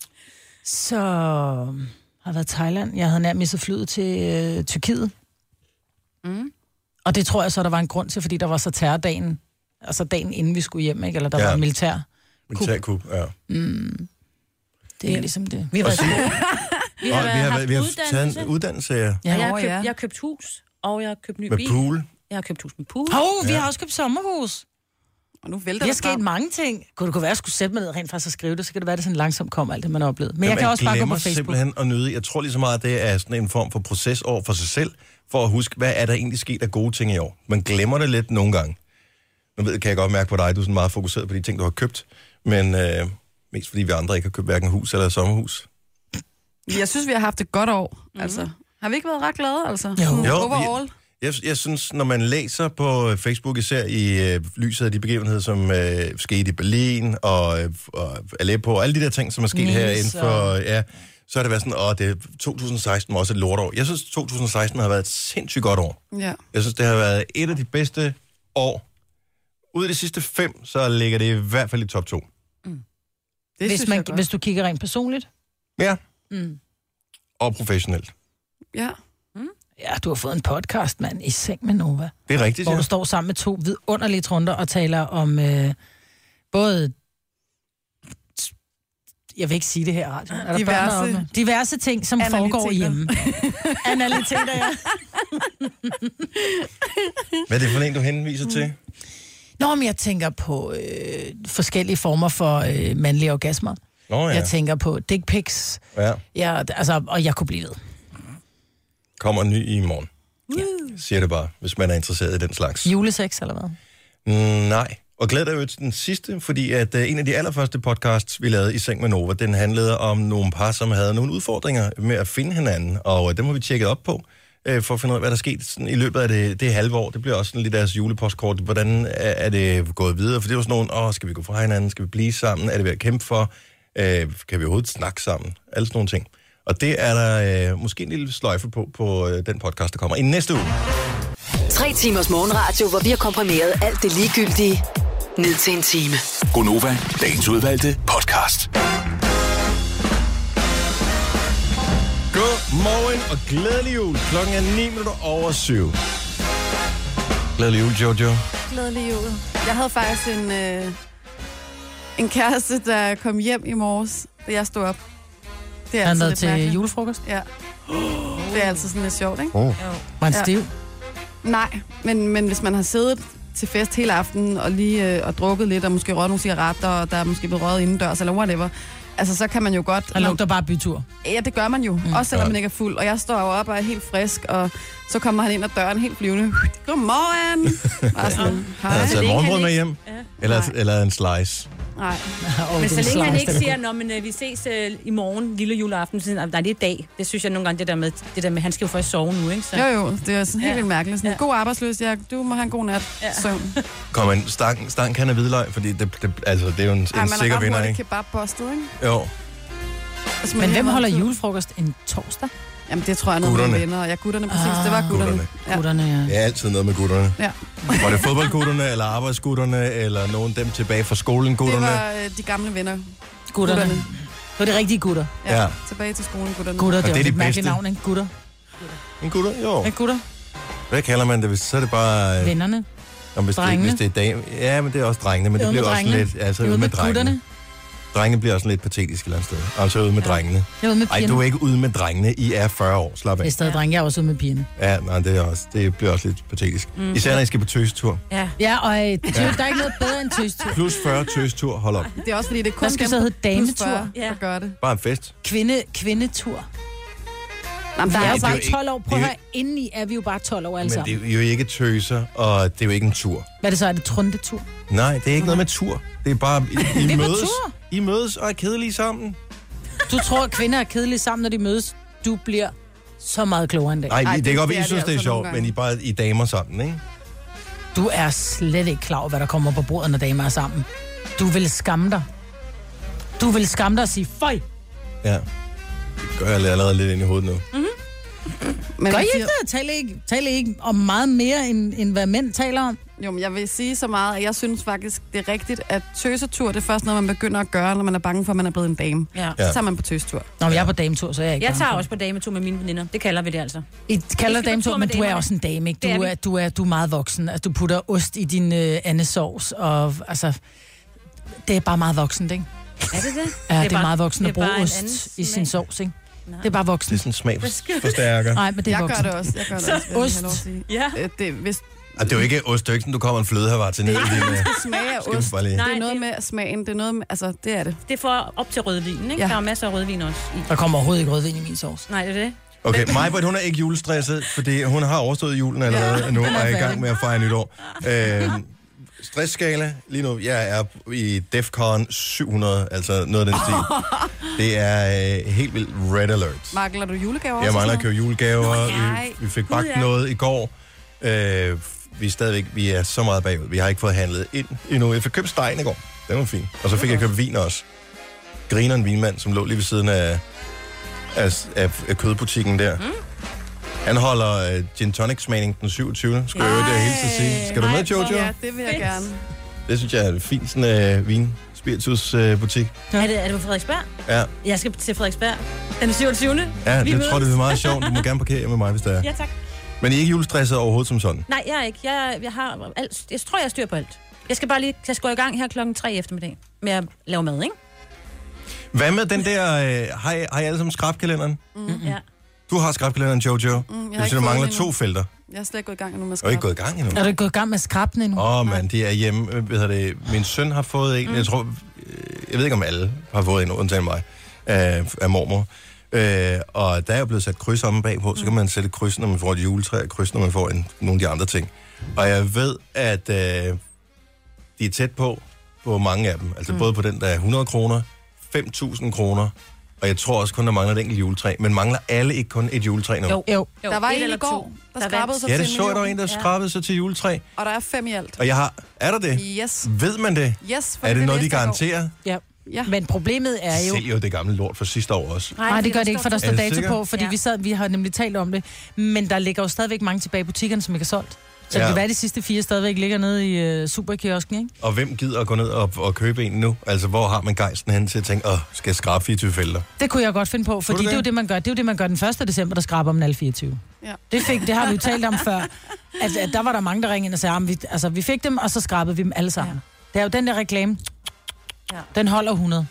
så har jeg været i Thailand. Jeg havde nærmest mistet flyet til øh, Tyrkiet. Mm. Og det tror jeg så, der var en grund til, fordi der var så terrordagen. Altså dagen inden vi skulle hjem, ikke? Eller der Ja. ja. var en militær. Militærkup, ja. Mm. Det er Ja. ligesom det. Vi har været Og gode. Vi har, Og vi har, haft vi har uddannelse. taget en uddannelse, ja. Ja. Og jeg, har Nå, købt, ja. jeg har købt hus, og jeg har købt ny Med bil. pool. Jeg har købt hus med pool. Hov, vi Ja. har også købt sommerhus. Og nu vælter Der er det sket frem. mange ting. Kunne det kunne være, at jeg skulle sætte mig ned rent faktisk og skrive det, så kan det være, at det sådan langsomt kommer alt det, man har oplevet. Men, Men jeg kan også bare gå glemmer på Facebook. simpelthen at nyde. Jeg tror lige så meget, at det er sådan en form for proces over for sig selv, for at huske, hvad er der egentlig sket af gode ting i år. Man glemmer det lidt nogle gange. Nu ved, kan jeg godt mærke på dig, du er sådan meget fokuseret på de ting, du har købt. Men øh, mest fordi vi andre ikke har købt hverken hus eller sommerhus. Jeg synes, vi har haft et godt år. Mm-hmm. Altså, har vi ikke været ret glade, altså? Jo. Sådan Jo, overall. Jeg, jeg synes, når man læser på Facebook, især i øh, lyset af de begivenheder, som øh, skete i Berlin og, øh, og Aleppo og alle de der ting, som er sket Nice her inden for, og- ja, så er det været sådan, åh, det to tusind og seksten var også et lortår. Jeg synes, to tusind og seksten har været et sindssygt godt år. Ja. Jeg synes, det har været et af de bedste år. Ud af de sidste fem, så ligger det i hvert fald i top to. Det Hvis, synes man, jeg godt. hvis du kigger rent personligt. Ja, Mm. og professionelt. Ja. Ja, du har fået en podcast, mand, i seng med Nova. Det er rigtigt, Hvor ja. du står sammen med to vidunderlige trunder og taler om øh, både... Jeg vil ikke sige det her, radio. Er der Diverse- børn deroppe? Diverse ting, som foregår Analiteter. hjemme. Analiteter, ja. Hvad er det for en, du henviser til? Nå, men jeg tænker på øh, forskellige former for øh, mandlige orgasmer. Nå Ja. ja, Jeg tænker på dick pics. ja. Ja, altså, og jeg kunne blive ved. Kommer en ny i morgen. Ja. Siger det bare, hvis man er interesseret i den slags. Julesex, eller hvad? Mm, nej. Og glæder dig jo til den sidste, fordi at uh, en af de allerførste podcasts, vi lavede i Seng med Nova, den handlede om nogle par, som havde nogle udfordringer med at finde hinanden, og uh, dem har vi tjekket op på, uh, for at finde ud af, hvad der er sket sådan, i løbet af det, det halve år. Det bliver også sådan lidt deres julepostkort. Hvordan er, er det gået videre? For det var sådan nogle, åh, skal vi gå fra hinanden? Skal vi blive sammen? Er det ved at kæmpe for? Uh, kan vi overhovedet snakke sammen? Alle sådan nogle ting. Og det er der uh, måske en lille sløjfe på, på uh, den podcast, der kommer i næste uge. Tre timers morgenradio, hvor vi har komprimeret alt det ligegyldige ned til en time. Gonova, dagens udvalgte podcast. Godmorgen og glædelig jul. Klokken er ni minutter over syv. Glædelig jul, Jojo. Glædelig jul. Jeg havde faktisk en, øh, en kæreste, der kom hjem i morges, da jeg stod op. Det er Han altid været lidt til mærkeligt. julefrokost. Ja. Det er altid sådan lidt sjovt, ikke? Oh. Var han Ja. stiv? Nej, men, men hvis man har siddet til fest hele aftenen og lige øh, og drukket lidt, og måske røget nogle cigaretter, og der er måske blevet røget indendørs, eller whatever, altså så kan man jo godt... Han lugter bare bytur. Ja, det gør man jo. Mm. Også selvom Ja. man ikke er fuld. Og jeg står jo op og er helt frisk, og så kommer han ind ad døren helt flyvende. Godmorgen! Og sådan, Har han hej. taget længe morgenbrød han med ikke- hjem? Ja. Eller, Nej. eller en slice? Nej. Oh, Men så længe han ikke siger, når men, øh, vi ses øh, i morgen, lille juleaften, så, nej, det er i dag. Det synes jeg nogle gange, det der med, det der med han skal jo først sove nu, ikke? Så. Jo, jo, det er sådan helt Ja. vildt mærkeligt. Sådan, Ja. god arbejdsløs, ja, du må have en god nat. Ja. Søvn. Kom en stang, stang kan af hvidløg, fordi det, det, altså, det er jo en, Ej, en man sikker er vinder, ret ikke? kebab-bustet, ikke? Jo. Og så må Men de hvem have holder noget tid. julefrokost en torsdag? Jamen, det tror jeg er noget med Gutterne. venner. Ja, gutterne, præcis. Ah, det var gutterne. gutterne. Ja. Gutterne, ja. Det er altid noget med gutterne. Ja. Var det fodboldgutterne, eller arbejdsgutterne, eller nogen dem tilbage fra skolen Det gutterne? var øh, de gamle venner. Gutterne. var de rigtige gutter. Ja. Ja. Tilbage til skolen, gutterne. Gutter, det det er er jo de et mærkeligt bedste. navn, ikke? Gutter. En gutter? Jo. Ja, gutter. Hvad kalder man det? Hvis, så er det bare... Øh, Vennerne. om hvis, det, Drengene. hvis det er dame. Ja, men det er også drengene, men det Ude bliver med også drengene. lidt... Altså, Det er ude ude med med drengene. gutterne. Drengene bliver også lidt patetisk et eller andet sted. Altså ude med ja. drengene. Jeg er ude med Ej, pigerne. du er ikke ude med drengene. I er fyrre år. Slap Det er af. stadig drenge, jeg er også ude med pigerne. Ja, nej, det, er også, det bliver også lidt patetisk. Mm. Især når I skal på tøstur. Ja. Ja, og øh, tøs, der er ikke noget bedre end tøstur. Plus fyrre tøstur, hold op. Det er også fordi, det er kun Hvad skal dem så hedde plus dametur? fyrre, Ja. der gør det. Bare en fest. Kvinde, kvindetur. Jamen, der Der er er jo det er bare jo ikke- tolv år. det Prøv er at jo- høre, indeni er vi jo bare tolv år alle Men sammen. det er jo ikke tøser, og det er jo ikke en tur. Hvad er det så? Er det trundetur? Nej, det er ikke noget med tur. Det er bare, I, I er mødes, tur. I mødes og er kedelige sammen. Du tror, at kvinder er kedelige sammen, når de mødes. Du bliver så meget klogere end det. Nej, Ej, det, det det- er godt, det I er synes, det det er altså nogle sjovt, gange. men I er bare I damer sammen, ikke? Du er slet ikke klar over, hvad der kommer på bordet, når damer er sammen. Du vil skamme dig. Du vil skamme dig og sige, føj! Ja. Det gør jeg allerede lidt ind i hovedet nu. Men Gør man I siger- ikke det? Taler I ikke, taler I ikke om meget mere, end, end hvad mænd taler om? Jo, men jeg vil sige så meget, at jeg synes faktisk, det er rigtigt, at tøsetur, det er først noget, man begynder at gøre, når man er bange for, at man er blevet en dame. Ja. Så tager man på tøsetur. Nå, men jeg er på dametur, så jeg er ikke Jeg bange tager for også på dametur med mine veninder. Det kalder vi det altså. I kalder Vi skal på dametur, tur men med du er damerne. også en dame, ikke? Det er Du vi. er, du er, du er meget voksen. Altså, du putter ost i din øh, andesovs, og altså, det er bare meget voksent, ikke? Er det det? Ja, det er, bare- meget voksen det at er bruge bare en ost anden i sin smag. sovs, ikke? Nej. Det er bare Det er voksen. sådan en smag Hvad skal- forstærker. Nej, men det er Jeg gør voksen. det også. Jeg gør det også. vil jeg Ost. have lov at sige. Ja. Øh, Det, hvis Og det er jo ikke ost, det er jo ikke sådan, du kommer en flødehavar til ned i din... øh, det smager af Skal vi ost, bare lige- det Nej, er noget det- med smagen. Det er noget med, altså, det er det. Det får op til rødvinen, ikke? Ja. Der er masser af rødvin også i. Der kommer overhovedet ikke rødvin i min sovs. Nej, det er det. Okay, Majbert, hun er ikke julestresset, fordi hun har overstået julen allerede ja, nu og er i gang med at fejre nytår. Øh, stressskala, lige nu, jeg er i DEFCON syv hundrede, altså noget af den stil. Det er øh, helt vildt red alert. Mangler du julegaver Jeg også? mangler at købe julegaver. ja. Vi, vi fik bagt ja. noget i går. Øh, vi er stadigvæk, vi er så meget bagud. Vi har ikke fået handlet ind endnu. Jeg fik købt stegen i går. Den var fin. Og så fik jeg købt vin også. Grineren vinmand, som lå lige ved siden af, af, af, af kødbutikken der. Mm. Han holder uh, gin tonic smagning den syvogtyvende Skal jeg øvrigt det hele til sige. Skal du med, Jojo? Ja, det vil jeg gerne. Det synes jeg er en fin sådan, uh, vin spiritus uh, butik. Ja. Er det, er det på Frederiksberg? Ja, Jeg skal til Frederiksberg den syvogtyvende ja Vi det mødes. tror det er meget sjovt. Du må gerne parkere hjemme med mig, hvis det er. Ja, tak. Men I er ikke julestresset overhovedet som sådan? Nej, jeg er ikke. Jeg, jeg har alt. Jeg tror, jeg har styr på alt. Jeg skal bare lige... Jeg skal gå i gang her klokken tre eftermiddag med at lave mad, ikke? Hvad med den der... Øh, har, I, har I alle sammen skrabkalenderen? Mm. Ja. Du har skrabkalenderen, Jojo. Mm, jeg har det ikke vil sige, der fået mangler den to endnu. felter. Jeg er slet ikke gået i gang endnu med Og ikke skrab. gået i gang endnu. Er du gået i gang med skrabben endnu? Åh, oh, mand, de er hjemme. Øh, Hvad hedder det? Min søn har fået en. Mm. Jeg tror... øh, Jeg ved ikke, om alle har fået en, undtagen mig, af, af mormor. Øh, og der er jo blevet sat kryds om bagpå. Så kan man sætte kryds, når man får et juletræ, og kryds, når man får en, nogle af de andre ting. Og jeg ved, at øh, de er tæt på, på mange af dem. Altså mm. både på den, der er hundrede kroner, fem tusind kroner, og jeg tror også kun, der mangler et enkelt juletræ. Men mangler alle ikke kun et juletræ nu? Jo. Jo. jo. Der var et en i eller går, to. der Der skrabede vandt. sig Ja, til det en så jeg, der var million. en, der skrabede sig til juletræ. Og der er fem i alt. Og jeg har... Er der det? Yes. Ved man det? Yes, for Er det noget, de læste jeg i går. garanterer? Ja. Ja. Men problemet er De jo... sælger jo det gamle lort fra sidste år også. Nej, det gør det ikke, for der Er står du dato sikker? på, fordi Ja. vi, sad, vi har nemlig talt om det. Men der ligger jo stadigvæk mange tilbage i butikkerne, som ikke er solgt. Så Ja. det kan være, at de sidste fire stadigvæk ligger nede i uh, superkiosken, ikke? Og hvem gider at gå ned og, og købe en nu? Altså, hvor har man gejsten hen til at tænke, åh, skal jeg skrabe fireogtyve felter? Det kunne jeg godt finde på, fordi du det? det er jo det? det, man gør. Det er jo det, man gør den første december, der skraber om alle fireogtyve. Ja. Det, fik, det har vi jo talt om før. At, at der var der mange, der ringede ind og sagde, at vi, altså, vi fik dem, og så skrabede vi dem alle sammen. Ja. Det er jo den der reklame. Ja. Den holder hundrede.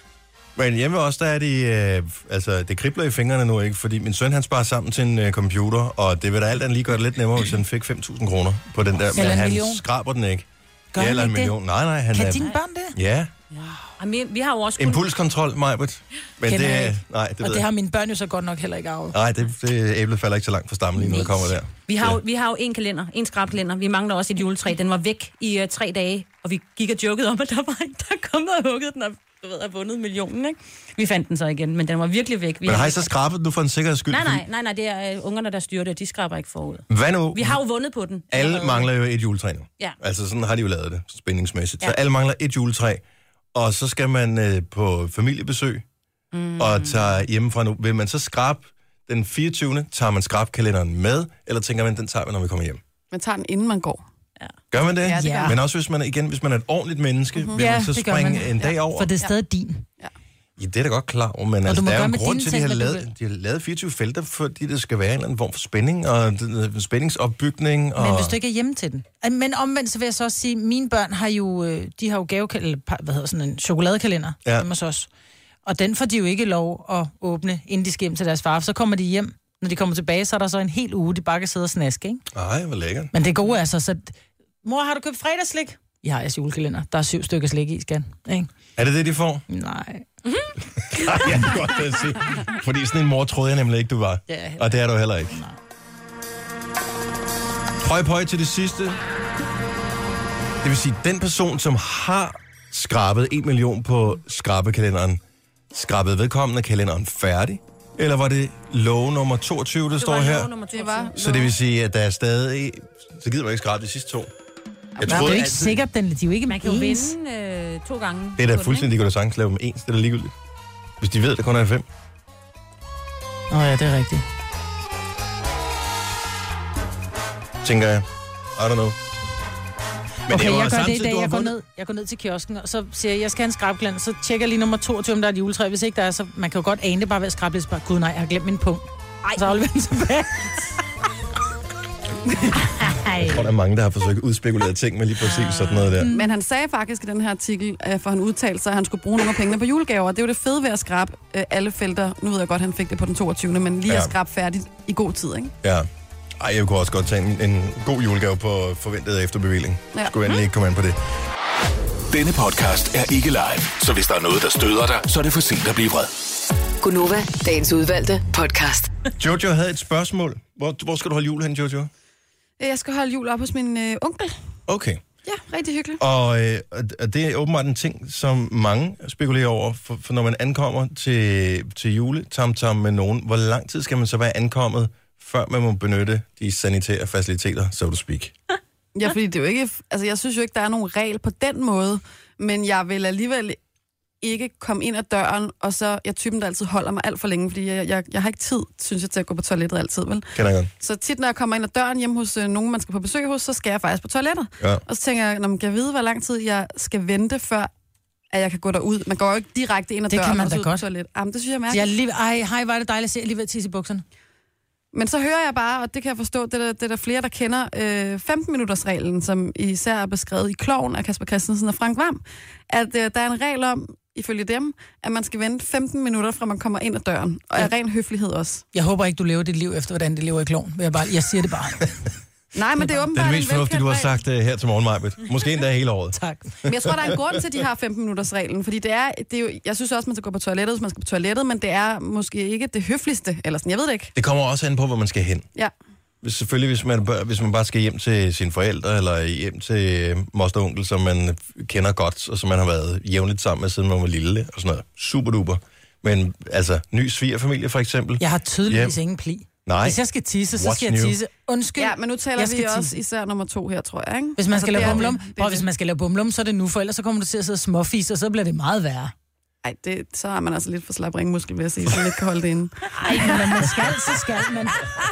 Men hjemme også, der er de, øh, altså, det kribler i fingrene nu, ikke? Fordi min søn, han sparer sammen til en øh, computer, og det vil da alt andet lige gøre det lidt nemmere, hvis han fik fem tusind kroner på den der. Eller Men en han million. skraber den ikke. Gør ja, han eller en ikke det? million. Nej, nej, han Kan er... dine børn det? Ja, Jamen, vi- vi har jo også kun... impulskontrol, Majbert. Men Kender det, jeg er- ikke. nej, det Og ved det jeg. har mine børn jo så godt nok heller ikke arvet. Nej, det, det æble falder ikke så langt fra stammen lige, når det Nej. kommer der. Vi har, jo, vi har jo en kalender, en skrabkalender. Vi mangler også et juletræ. Den var væk i uh, tre dage, og vi gik og jokede om, at der var en, der kom og hugget den og du ved, har vundet millionen, ikke? Vi fandt den så igen, men den var virkelig væk. Vi Men har I så skrabet den nu for en sikkerheds skyld? Nej, nej, nej, nej, det er uh, ungerne, der styrer det, de skraber ikke forud. Hvad nu? Vi har jo vundet på den. Alle allerede. mangler jo et juletræ nu. Ja. Altså sådan har de jo lavet det, spændingsmæssigt. Ja. Så Ja. alle mangler et juletræ, og så skal man øh, på familiebesøg mm. og tager hjemmefra nu. Vil man så skrabe den fireogtyvende Tager man skrabkalenderen med, eller tænker man, den tager vi, når vi kommer hjem? Man tager den, inden man går. Gør man det? Ja, det gør man. Men også hvis man er, igen, hvis man er et ordentligt menneske, mm-hmm. vil Ja, man så det gør springe man. en dag Ja, over? For det er stadig din. Ja, det er da godt klar over, men Og altså, du må der er jo gøre en med grund dine til, at ting, de har, hvad du lavet, de har lavet fireogtyve felter, fordi det skal være en eller anden form for spænding og øh, spændingsopbygning. Og... Men hvis du ikke er hjemme til den. Øh, Men omvendt, så vil jeg så også sige, at mine børn har jo, øh, de har jo gavekalender, hvad hedder sådan en chokoladekalender Ja. hjemme hos os. Og den får de jo ikke lov at åbne, inden de skal hjem til deres far. Så kommer de hjem. Når de kommer tilbage, så er der så en hel uge, de bare kan sidde og snaske, ikke? Ej, hvor lækkert. Men det er gode altså, så... Mor, har du købt fredagsslik? Ja, jeg har jeres julekalender. Der er syv stykker slik i, skan. Ikke? Er det det, de får? Nej. Nej, jeg kan godt at se. Fordi sådan en mor troede jeg nemlig ikke, du var. Ja, og det er du heller ikke. Nej. Høj på høj til det sidste. Det vil sige, den person, som har skrabet en million på skrabekalenderen, skrabede vedkommende kalenderen færdig? Eller var det lov nummer toogtyve, der står her? Det var... Så det vil sige, at der er stadig... Så gider man ikke skrabe de sidste to. Jeg Det er jo ikke altid- sikkert, den, de er jo ikke Man kan jo ens. vinde øh, to gange. Det er da på den, fuldstændig, de kan da sagtens lave dem ens. Det er da ligegyldigt. Hvis de ved, at der kun er fem. Nå ja, det er rigtigt. Tænker jeg. I don't know. Men Okay, det var jeg gør det i samtidig, dag. du har Jeg går, vundet- ned, jeg går ned til kiosken, og så siger jeg, jeg skal have en skrabkalender. Så tjekker jeg lige nummer toogtyve, om der er et juletræ. Hvis ikke der er, så man kan jo godt ane det bare ved at skrabe lidt. Så bare, gud nej, jeg har glemt min punkt. Ej. Så afleverer den tilbage. Jeg tror, der er mange, der har forsøgt at udspekulere ting med lige præcis sådan noget der. Men han sagde faktisk i den her artikel, øh, for han udtalte sig, at han skulle bruge nogle af pengene på julegaver. Det er jo det fede ved at skrabe øh, alle felter. Nu ved jeg godt, at han fik det på den toogtyvende men lige Ja. at skrabe færdigt i god tid, ikke? Ja. Ej, jeg kunne også godt tage en, en god julegave på forventet efterbevilling. Ja. Skulle jeg endelig ikke komme an på det. Denne podcast er ikke live, så hvis der er noget, der støder dig, så er det for sent at blive vred. Gunova, dagens udvalgte podcast. Jojo havde et spørgsmål. Hvor, hvor skal du holde jul hen, Jojo? Øh, Jeg skal holde jul op hos min øh, onkel. Okay. Ja, rigtig hyggeligt. Og, øh, og det er åbenbart en ting, som mange spekulerer over, for, for når man ankommer til, til juletamtam med nogen, hvor lang tid skal man så være ankommet, før man må benytte de sanitære faciliteter, so to speak? Ja, fordi det er jo ikke... Altså, jeg synes jo ikke, der er nogen regel på den måde, men jeg vil alligevel ikke komme ind ad døren, og så jeg er typen, der altid holder mig alt for længe, fordi jeg, jeg, jeg har ikke tid, synes jeg, til at gå på toilettet altid, vel? Kender jeg godt. Så tit, når jeg kommer ind ad døren hjemme hos øh, nogen, man skal på besøg hos, så skal jeg faktisk på toilettet. Ja. Og så tænker jeg, når man kan vide, hvor lang tid jeg skal vente, før at jeg kan gå derud. Man går jo ikke direkte ind ad Det døren kan man og da så ud på godt. toilettet. Jamen, det synes jeg er Så mærkeligt. jeg lige, ej, hej, var det dejligt at se, jeg lige ved at tisse i bukserne. Men så hører jeg bare, og det kan jeg forstå, det er der, det er der flere, der kender, øh, femten-minutters reglen, som især er beskrevet i Klovn af Kasper Christensen og Frank Hvam, at øh, der er en regel om, ifølge dem, at man skal vente femten minutter, fra man kommer ind ad døren. Og af ren høflighed også. Jeg håber ikke, du lever dit liv efter, hvordan det lever i Klovn. Jeg, bare, jeg siger det bare. Nej, men det er Det er åbenbart det mest en fornuftige, du har velkendt sagt uh, her til morgen, Majbet. Måske endda hele året. Tak. Men jeg tror, der er en grund til, at de har femten-minutters reglen, fordi det er, det er jo, jeg synes også, man skal gå på toilettet, hvis man skal på toilettet, men det er måske ikke det høfligste, eller sådan, jeg ved det ikke. Det kommer også an på, hvor man skal hen. Ja. Hvis, selvfølgelig, hvis man, bør- hvis man bare skal hjem til sine forældre, eller hjem til øh, moster og onkel, som man kender godt, og som man har været jævnligt sammen med, siden man var lille, og sådan noget. Super duper. Men altså, ny svigerfamilie for eksempel. Jeg har tydeligvis Hjem. ingen pli. Nej. Hvis jeg skal tisse, så What's skal jeg new? tisse. Undskyld. Ja, men nu taler jeg vi skal også tisse. især nummer to her, tror jeg, ikke? Hvis man Altså, skal lave det er bumlum, det. Det er og hvis det. man skal lave bumlum, så er det nu, for ellers så kommer du til at sidde og småfise, og så bliver det meget værre. Ej, det, så er man altså lidt for slap ringmuskel, vil jeg sige, så man ikke kan holde det inde. Ej, men når man skal, så skal man.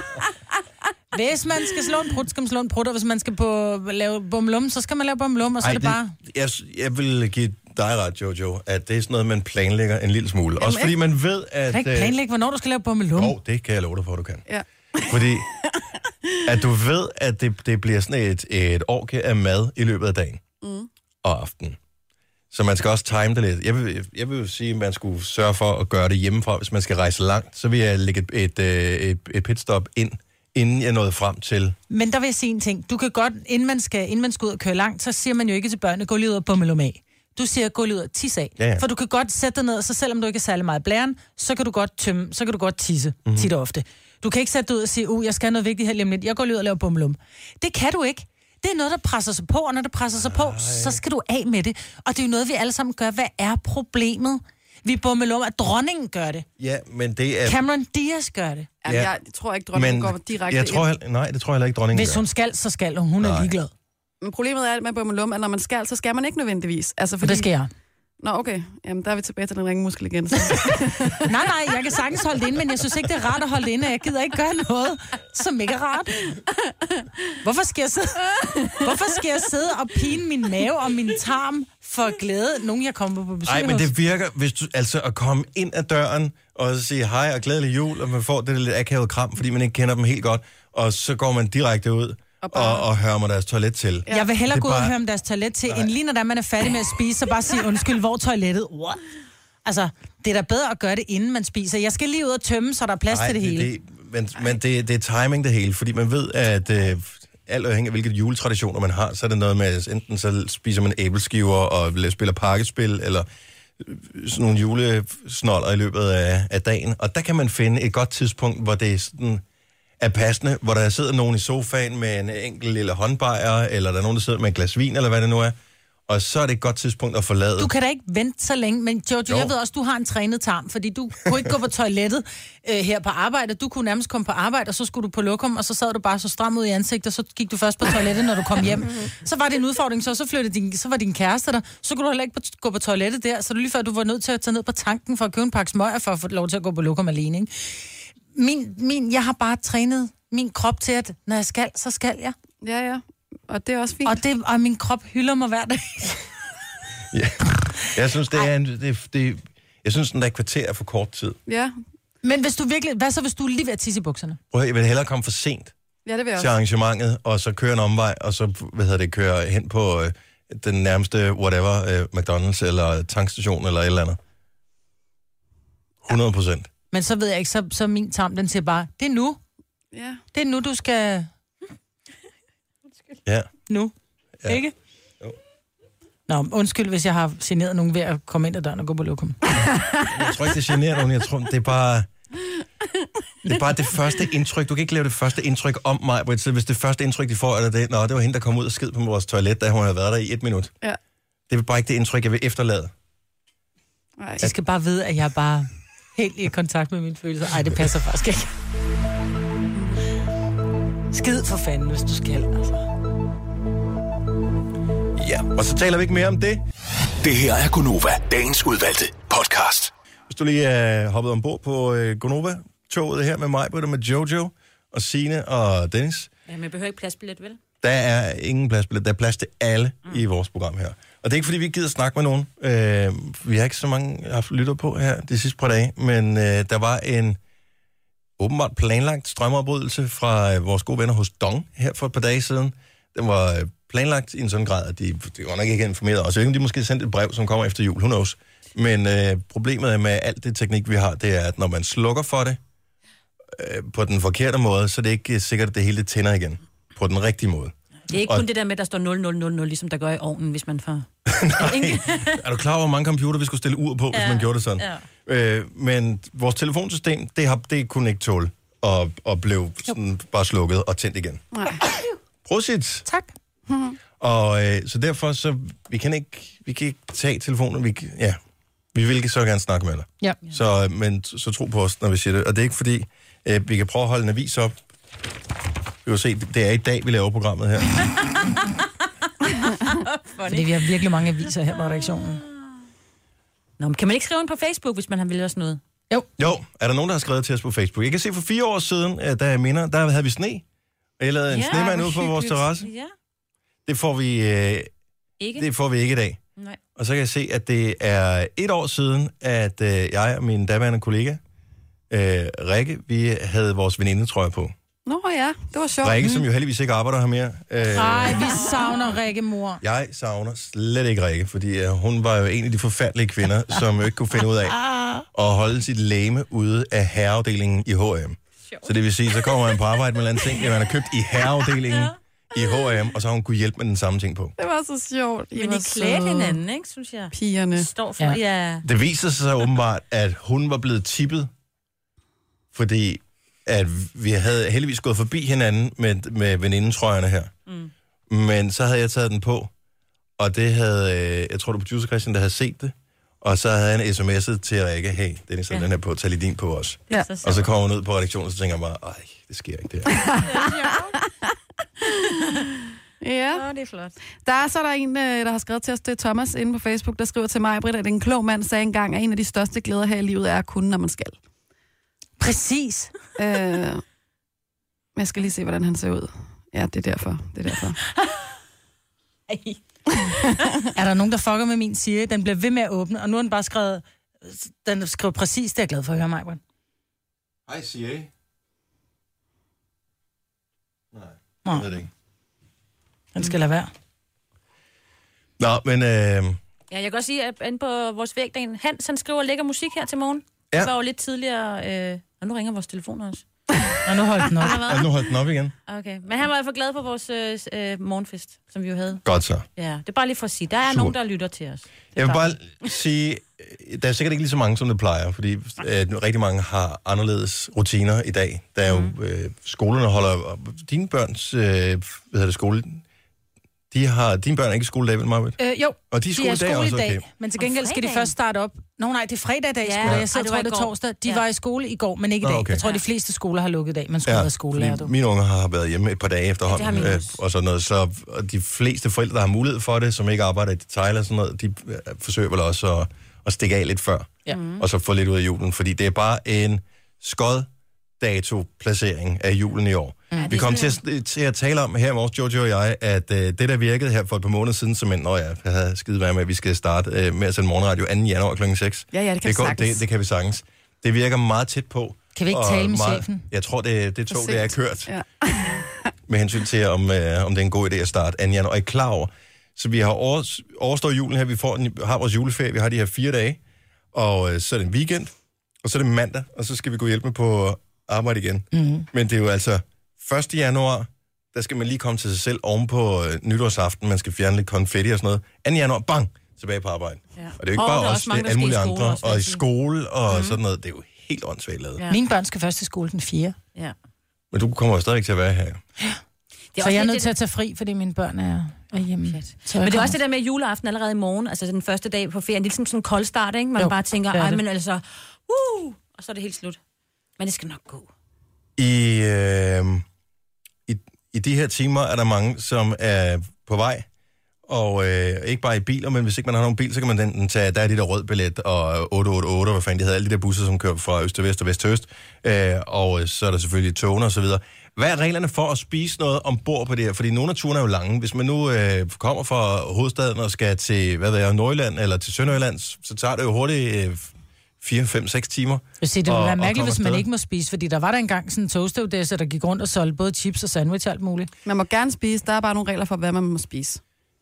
Hvis man skal slå en prut, skal man slå en prut, og hvis man skal på lave bumlum, så skal man lave bumlum, og så Ej, er det bare... Jeg, jeg vil give dig ret, Jojo, at det er sådan noget, man planlægger en lille smule. Også fordi man ved, at... Kan ikke øh, planlægge, hvornår du skal lave bumlum? Jo, det kan jeg love dig for, at du kan. Ja. Fordi at du ved, at det, det bliver sådan et, et orke af mad i løbet af dagen mm. og aftenen. Så man skal også time det lidt. Jeg vil, jeg vil jo sige, at man skulle sørge for at gøre det hjemmefra. Hvis man skal rejse langt, så vil jeg lægge et, et, et, et pitstop ind, inden jeg nåede frem til. Men der vil jeg sige en ting. Du kan godt, inden man skal, inden man skal ud og køre langt, så siger man jo ikke til børnene, gå lige ud og bummelum af. Du siger, gå lige ud og tisse af. Ja, ja. For du kan godt sætte dig ned, så selvom du ikke er særlig meget blæren, så kan du godt tømme, så kan du godt tisse, mm-hmm. tit og ofte. Du kan ikke sætte dig ud og sige, uh, jeg skal have noget vigtigt her lige om lidt. Jeg går lige ud og laver bummelum. Det kan du ikke. Det er noget, der presser sig på, og når det presser sig på, så skal du af med det. Og det er jo noget, vi alle sammen gør. Hvad er problemet? Vi bummelum, at dronningen gør det. Ja, men det er... Cameron Diaz gør det. Jamen, Ja. jeg tror ikke, dronningen går direkte jeg tror, ind. heller- nej, det tror jeg heller ikke, dronningen Hvis gør. hun skal, så skal hun. Hun er Nej. ligeglad. Men problemet er med bummelum, at når man skal, så skal man ikke nødvendigvis. Altså, For fordi, det skal jeg. Nå, okay. Jamen, der er vi tilbage til den ringmuskel igen. Så. Nej, nej, jeg kan sagtens holde det inde, men jeg synes ikke, det er rart at holde det inde. Jeg gider ikke gøre noget, som ikke er rart. Hvorfor skal jeg sidde, Hvorfor skal jeg sidde og pine min mave og min tarm for glæde, nogen jeg kommer på besøg Nej, men hos? det virker, hvis du altså at komme ind ad døren og så sige hej og glædelig jul, og man får det lidt akavet kram, fordi man ikke kender dem helt godt, og så går man direkte ud og, og, og hører mig deres toilet til. Jeg vil hellere Det er gå ud og bare- høre om deres toilet til, Nej. end lige når der, man er færdig med at spise, så bare sige, undskyld, hvor er toilettet? What? Altså, det er da bedre at gøre det, inden man spiser. Jeg skal lige ud og tømme, så der er plads Nej, til det hele. Det, men men det, det er timing det hele, fordi man ved, at øh, alt afhængig af hvilke juletraditioner man har, så er det noget med, at enten så spiser man æbleskiver og spiller pakkespil, eller sådan nogle julesnoller i løbet af, af dagen. Og der kan man finde et godt tidspunkt, hvor det er sådan er passende, hvor der sidder nogen i sofaen med en enkelt lille håndbajer, eller der er nogen, der sidder med et glas vin, eller hvad det nu er. Og så er det et godt tidspunkt at forlade. Du kan da ikke vente så længe, men Jojo, Jo. jeg ved også, du har en trænet tarm, fordi du kunne ikke gå på toilettet øh, her på arbejde. Du kunne nærmest komme på arbejde, og så skulle du på lokum, og så sad du bare så stram ud i ansigtet, og så gik du først på toilettet, når du kom hjem. Så var det en udfordring, så, så flyttede din, så var din kæreste der, så kunne du heller ikke på, gå på toilettet der, så det lige før, du var nødt til at tage ned på tanken for at købe en pakke smøger, for at få lov til at gå på lokum alene, ikke? Min, min, jeg har bare trænet min krop til, at når jeg skal, så skal jeg. Ja, ja. Og det er også fint. Og, det, og min krop hylder mig hver dag. Ja. Jeg synes, det er en, det, det, jeg synes, den der kvarter er for kort tid. Ja. Men hvis du virkelig, hvad så, hvis du er lige ved at tisse i bukserne? Prøv at høre, jeg vil hellere komme for sent Ja, det vil jeg til også. arrangementet, og så køre en omvej, og så, hvad hedder det, køre hen på øh, den nærmeste, whatever, øh, McDonald's, eller tankstation, eller et eller andet. hundrede procent. Men så ved jeg ikke, så, så min tarm, den siger bare, det er nu. Ja. Det er nu, du skal... Ja. Nu. Ja. Ja. Ikke? Jo. Nå, undskyld, hvis jeg har generet nogen ved at komme ind ad døren og gå på lokum. Jeg tror ikke, det generer nogen. Jeg tror, det er bare... Det er bare det første indtryk. Du kan ikke lave det første indtryk om mig, Britt. Så hvis det første indtryk, de får, er det, nå, det var hende, der kom ud og skid på vores toilet, da hun havde været der i et minut. Ja. Det er bare ikke det indtryk, jeg vil efterlade. Nej. De skal bare vide, at jeg er bare helt i kontakt med mine følelser. Ej, det passer faktisk ikke. Skid for fanden, hvis du skal, altså. Ja, og så taler vi ikke mere om det. Det her er Gonova, dagens udvalgte podcast. Hvis du lige er hoppet ombord på øh, Gonova-toget her med mig, Britt, og med Jojo og Signe og Dennis. Ja, men jeg behøver ikke pladsbillet, vel? Der er ingen pladsbillet. Der er plads til alle mm. i vores program her. Og det er ikke, fordi vi ikke gider snakke med nogen. Øh, vi har ikke så mange haft lytter på her de sidste par dage, men øh, der var en åbenbart planlagt strømafbrydelse fra øh, vores gode venner hos Dong her for et par dage siden. Den var øh, planlagt i en sådan grad, at de, de var nok ikke informeret os. Jeg ved ikke, om de måske sendte et brev, som kommer efter jul. Who knows? Men øh, problemet med alt det teknik, vi har, det er, at når man slukker for det øh, på den forkerte måde, så er det ikke sikkert, at det hele tænder igen på den rigtige måde. Det er ikke Og- kun det der med, at der står nul nul nul nul, ligesom der gør i ovnen, hvis man får... Nej. Er du klar over, hvor mange computer vi skulle stille ur på, ja. hvis man gjorde det sådan? Ja. Øh, men vores telefonsystem, det, har, det kunne ikke tåle og, og blev sådan bare slukket og tændt igen. Nej. Prosit! Tak. Og øh, så derfor, så vi kan ikke, vi kan ikke tage telefonen. Vi, kan- ja, vi vil så gerne snakke med dig. Ja. Så, men så tro på os, når vi siger det. Og det er ikke fordi, øh, vi kan prøve at holde en avis op. Vi kan se, det er i dag, vi laver programmet her. Fordi vi har virkelig mange aviser her på redaktionen. Nå, men kan man ikke skrive ind på Facebook, hvis man vil også noget? Jo, er der nogen, der har skrevet til os på Facebook? Jeg kan se for fire år siden, øh, da jeg minder, der havde vi sne. Og jeg lavede en Ja, snemand hvor ude på vores hyggeligt. terrasse. Ja, Det får vi, øh, ikke? det får vi ikke i dag. Nej. Og så kan jeg se, at det er et år siden, at øh, jeg og min daværende kollega, øh, Rikke, vi havde vores venindetrøjer på. Nå ja, det var sjovt. Rikke, som jo heldigvis ikke arbejder her mere. Øh, Ej, vi savner Rikke, mor. jeg savner slet ikke Rikke, fordi øh, hun var jo en af de forfærdelige kvinder, som jo ikke kunne finde ud af at holde sit læme ude af herreafdelingen i H og M. Så det vil sige, så kommer man på arbejde med en ting, man har købt i herreafdelingen i H og M, og så har hun kunne hjælpe med den samme ting på. Det var så sjovt. Men var I klædte søde. hinanden, ikke, synes jeg? Pigerne. Står for, Ja. ja. ja. Det viser sig så åbenbart, at hun var blevet tippet, fordi at vi havde heldigvis gået forbi hinanden med, med venindetrøjerne her. Mm. Men så havde jeg taget den på, og det havde, øh, jeg tror det var producer Christian, der havde set det, og så havde han sms'et til Rikke, hey, Dennis, ja. den her på, tag lige din på os. Ja. Så Og så kommer hun ud på redaktionen, og så tænker jeg bare, ej, det sker ikke det her. Ja. Åh, det er flot. Der er så der en, der har skrevet til os, det er Thomas inde på Facebook, der skriver til mig, Britt, at en klog mand sagde engang, at en af de største glæder her i livet er at kunne, når man skal. Præcis. Øh, jeg skal lige se, hvordan han ser ud. Ja, det er derfor. Det er derfor. Er der nogen, der fucker med min Siri? Den bliver ved med at åbne, og nu har den bare skrevet, den skriver præcis, det er jeg glad for at høre mig. Hej, Siri. Nej, Nå. jeg ved det ikke. Den skal lade være. Nå, men... Øh... Ja, jeg kan også sige, at inde på vores vægdagen, Hans, han skriver lækker musik her til morgen. Ja. Det var jo lidt tidligere, øh... og nu ringer vores telefon også. Og nu holdt den op. Og nu holdt den op igen. Okay, men han var i hvert fald glad for vores øh, morgenfest, som vi jo havde. Godt så. Ja, det er bare lige for at sige, der er Super. nogen, der lytter til os. Jeg vil bare sige, der er sikkert ikke lige så mange, som det plejer, fordi øh, rigtig mange har anderledes rutiner i dag. Der er jo, øh, skolerne holder, dine børns, øh, hvad hedder det, skole, de har, dine børn er ikke i skoledag, vel, Marvitt? Øh, jo, Og de er de er skoledag også, skoledag, okay. men til gengæld skal de fredagen? først starte op. Nå nej, det er fredag i dag, Ja. ja. Jeg Ej, selv det tror, var det i er går. torsdag. De Ja. var i skole i går, men ikke i Nå, dag. okay. Jeg tror, de fleste skoler har lukket i dag. Man skulle have været skolelærer, du. Mine unger har været hjemme et par dage efterhånden, Ja, det har mine øh, også. og sådan noget, så og de fleste forældre, der har mulighed for det, som ikke arbejder i detail og sådan noget, de øh, forsøger vel også at, at stikke af lidt før, Ja. og så få lidt ud af julen, fordi det er bare en skod dato-placering af julen i år. Ja, Vi kom til at, til at tale om her i morges, Jojo og jeg, at øh, det, der virkede her for et par måneder siden, som en, når jeg havde skide være med, at vi skal starte øh, med at sende morgenradio anden januar klokken seks. Ja, ja, det kan det, vi sagtens. det, det kan vi sagtens. Det virker meget tæt på. Kan vi ikke og tale med meget, chefen? Jeg tror, det, det tog, For det er sent. kørt. Ja. Med hensyn til, om, øh, om det er en god idé at starte anden januar. Og I er klar over, så vi har over, overstået julen her, vi får en, har vores juleferie, vi har de her fire dage, og øh, så er det en weekend, og så er det mandag, og så skal vi gå hjælpe med på arbejde igen. Mm. Men det er jo altså første januar, der skal man lige komme til sig selv oven på øh, nytårsaften, man skal fjerne lidt konfetti og sådan noget. anden januar, bang, tilbage på arbejde. Ja. Og det er jo ikke Og bare der er os, også det mange, er der alle skal i mulige skole andre, også, vil og i jeg sige. skole og mm. sådan noget. Det er jo helt åndssvagt lavet. Ja. Mine børn skal først i skole den fjerde. Ja. Men du kommer jo stadigvæk til at være her. Det Så også jeg er lidt nødt det- til at tage fri, fordi mine børn er, er hjemme. Så Men det er også det der med juleaften allerede i morgen, altså den første dag på ferien, det er ligesom sådan en kold start, ikke? Man Jo, bare tænker, det er ej, det. men altså, uh, og så er det helt slut. Men det skal nok gå. I, øh, i, I de her timer er der mange, som er på vej, og øh, ikke bare i biler, men hvis ikke man har nogen bil, så kan man enten tage, der er de der rød billet og otte otte otte, hvad fanden de hedder, alle de der busser, som kører fra øst til vest og vest til øst, øh, og øh, så er der selvfølgelig togene og så videre. Hvad er reglerne for at spise noget ombord på det her? Fordi nogle af turene er jo lange. Hvis man nu øh, kommer fra hovedstaden og skal til, hvad ved jeg, Nordjylland eller til Sønderjylland, så tager det jo hurtigt øh, fire, fem, seks timer. Jeg siger, det ville og- være og mærkeligt, komme hvis man afsted. ikke må spise, fordi der var der engang sådan en toaststewdesser, der gik rundt og solgte både chips og sandwich og alt muligt. Man må gerne spise. Der er bare nogle regler for, hvad man må spise.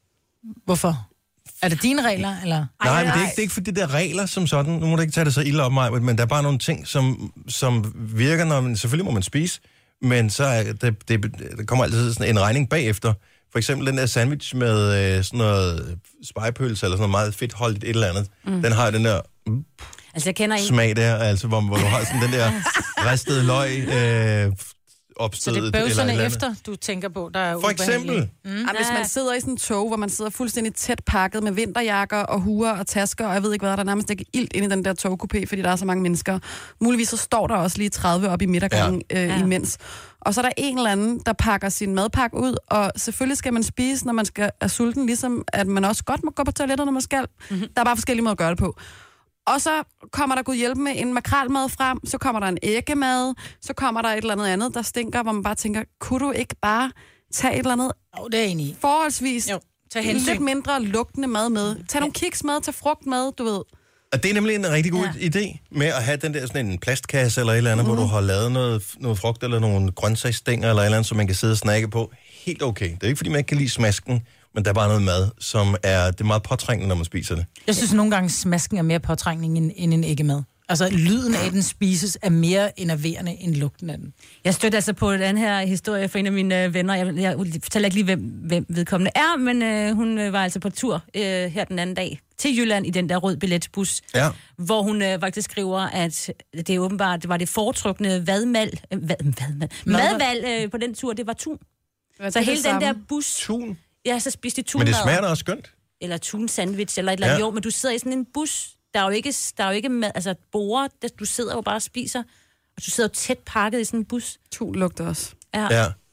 Hvorfor? Er det dine regler, eller? Nej, men det er, ikke, det er ikke fordi, det er regler som sådan. Nu må du ikke tage det så ille op mig, men der er bare nogle ting, som, som virker, når man... Selvfølgelig må man spise, men så er det, det, der kommer altid sådan en regning bagefter. For eksempel den der sandwich med øh, sådan noget spejepølse eller sådan noget meget fedtholdigt et eller andet. Mm. Den har jo den der mm, Altså, jeg kender en... smag der, altså hvor, hvor du har sådan den der ristede løg øh, Så opstødet. det er eller et bøvserne eller andet. efter, du tænker på, der er For eksempel. Mm. Ja, hvis man sidder i sådan en tog, hvor man sidder fuldstændig tæt pakket med vinterjakker og huer og tasker, og jeg ved ikke hvad, der er nærmest ikke ilt ind i den der togkupé, fordi der er så mange mennesker. Muligvis så står der også lige tredive op i midtergangen ja. øh, Ja. imens. Og så er der en eller anden, der pakker sin madpakke ud, og selvfølgelig skal man spise, når man skal er sulten, ligesom at man også godt må gå på toilettet, når man skal. Mm-hmm. Der er bare forskellige måder at gøre det på. Og så kommer der Gud hjælpe med en makrelmad frem, så kommer der en æggemad, så kommer der et eller andet andet, der stinker, hvor man bare tænker, kunne du ikke bare tage et eller andet Åh, det er jeg enig i. forholdsvis Jo, tag lidt hensyn. mindre lugtende mad med. Tag nogle kiks med, tag frugt med, du ved. Og det er nemlig en rigtig god ja. idé med at have den der sådan en plastkasse eller et eller andet, mm. hvor du har lavet noget, noget frugt eller nogle grøntsagsstænger eller et eller andet, som man kan sidde og snakke på. Helt okay. Det er ikke, fordi man ikke kan lide smasken, men der er bare noget mad, som er, det er meget påtrængende, når man spiser det. Jeg synes nogle gange, smasken er mere påtrængning end, end en æggemad. Altså, lyden af, at den spises, er mere enerverende end lugten af den. Jeg støtter altså på den her historie fra en af mine øh, venner. Jeg, jeg fortæller ikke lige, hvem, hvem vedkommende er, men øh, hun øh, var altså på tur øh, her den anden dag til Jylland i den der rød billetbus, Ja. hvor hun øh, faktisk skriver, at det er åbenbart, det var det foretrukne vadmal, øh, vad, vadmal, madvalg øh, på den tur, det var tun. Så hele den der bus, Tun. ja, så spiste de Men tunmad. det smager da også skønt. Eller tun sandwich, eller et eller andet. Ja. Jo, men du sidder i sådan en bus, der er jo ikke, der er jo ikke mad, altså borde, der, du sidder jo bare og spiser, og du sidder jo tæt pakket i sådan en bus. Tu lugter også. Ja. Ja.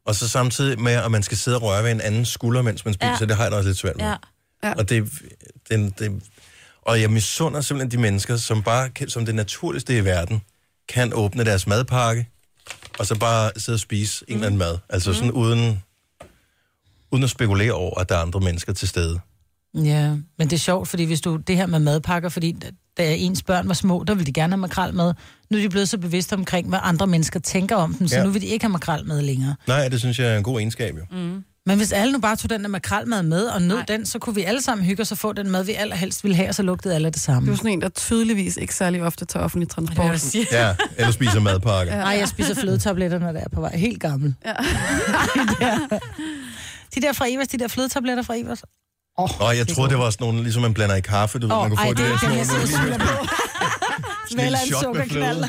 Og så samtidig med, at man skal sidde og røre ved en anden skulder, mens man spiser, ja. Så det har jeg da også lidt svært med. Ja. Ja. Og det, det, det, og jeg misunder simpelthen de mennesker, som bare, kan, som det naturligste i verden, kan åbne deres madpakke, og så bare sidde og spise mm. en eller anden mad. Altså mm. sådan uden, uden at spekulere over, at der er andre mennesker til stede. Ja, men det er sjovt, fordi hvis du, det her med madpakker, fordi da ens børn var små, der ville de gerne have makrel med. Nu er de blevet så bevidste omkring, hvad andre mennesker tænker om dem, så ja. Nu vil de ikke have makrel med længere. Nej, det synes jeg er en god egenskab, jo. Mm. Men hvis alle nu bare tog den der makrelmad med og nød Nej. Den, så kunne vi alle sammen hygge os og få den mad, vi allerhelst ville have, og så lugtede alle det samme. Du er sådan en, der tydeligvis ikke særlig ofte tager offentlig transport. Ja, eller spiser madpakker. Nej, jeg spiser flødetabletter, når det er på vej. Helt gammel. Ja. de, der, de der fra Ivers, de der flødetabletter fra Ivers. Åh, oh, oh, jeg troede, det var sådan nogle, ligesom man blander i kaffe, du ved, oh, man kunne ej, få det. Ej, det er det, det, jeg på. Svæller en sukkerknald.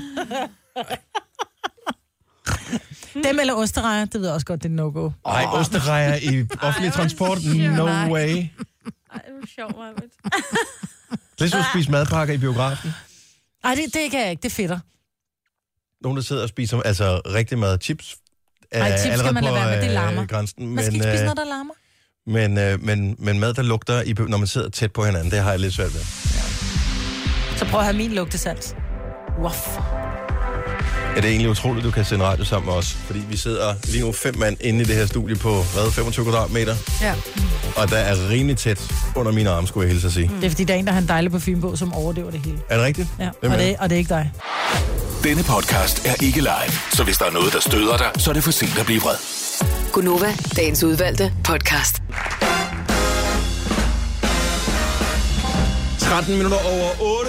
Dem eller osterejer, det ved jeg også godt, det er no-go. Nej, oh. osterejer i offentlig transport? No Nej. way. Ej, det er sjovt, Marvitt. Lad os spise madpakker i biografen. Nej, det, det kan jeg ikke, det fedter. Nogen, der sidder og spiser altså rigtig meget chips. Nej, chips skal man lade være med, det larmer. Grænsen, man skal men, ikke spise noget, der larmer. Men, øh, men, men mad, der lugter, i, når man sidder tæt på hinanden, det har jeg lidt svært ved. Ja. Så prøv at have min lugtesans. Wuff. Ja, det er egentlig utroligt, du kan sende radio sammen med os. Fordi vi sidder lige nu fem mand inde i det her studie på, hvad, femogtyve kvadratmeter? Ja. Og der er rimelig tæt under mine arme, skulle jeg hilse at sige. Det er fordi, der er en, der har en dejlig parfume på, som overdøver det hele. Er det rigtigt? Ja, og det, og det er ikke dig. Denne podcast er ikke live, så hvis der er noget, der støder dig, så er det for sent at blive vred. Gunova, dagens udvalgte podcast. tretten minutter over otte.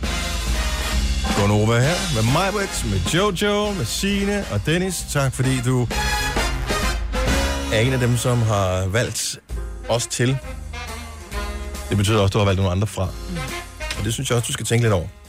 Gunova her med mig, med Jojo, med Signe og Dennis. Tak fordi du er en af dem, som har valgt os til. Det betyder også, at du har valgt nogle andre fra. Mm. Og det synes jeg også, du skal tænke lidt over.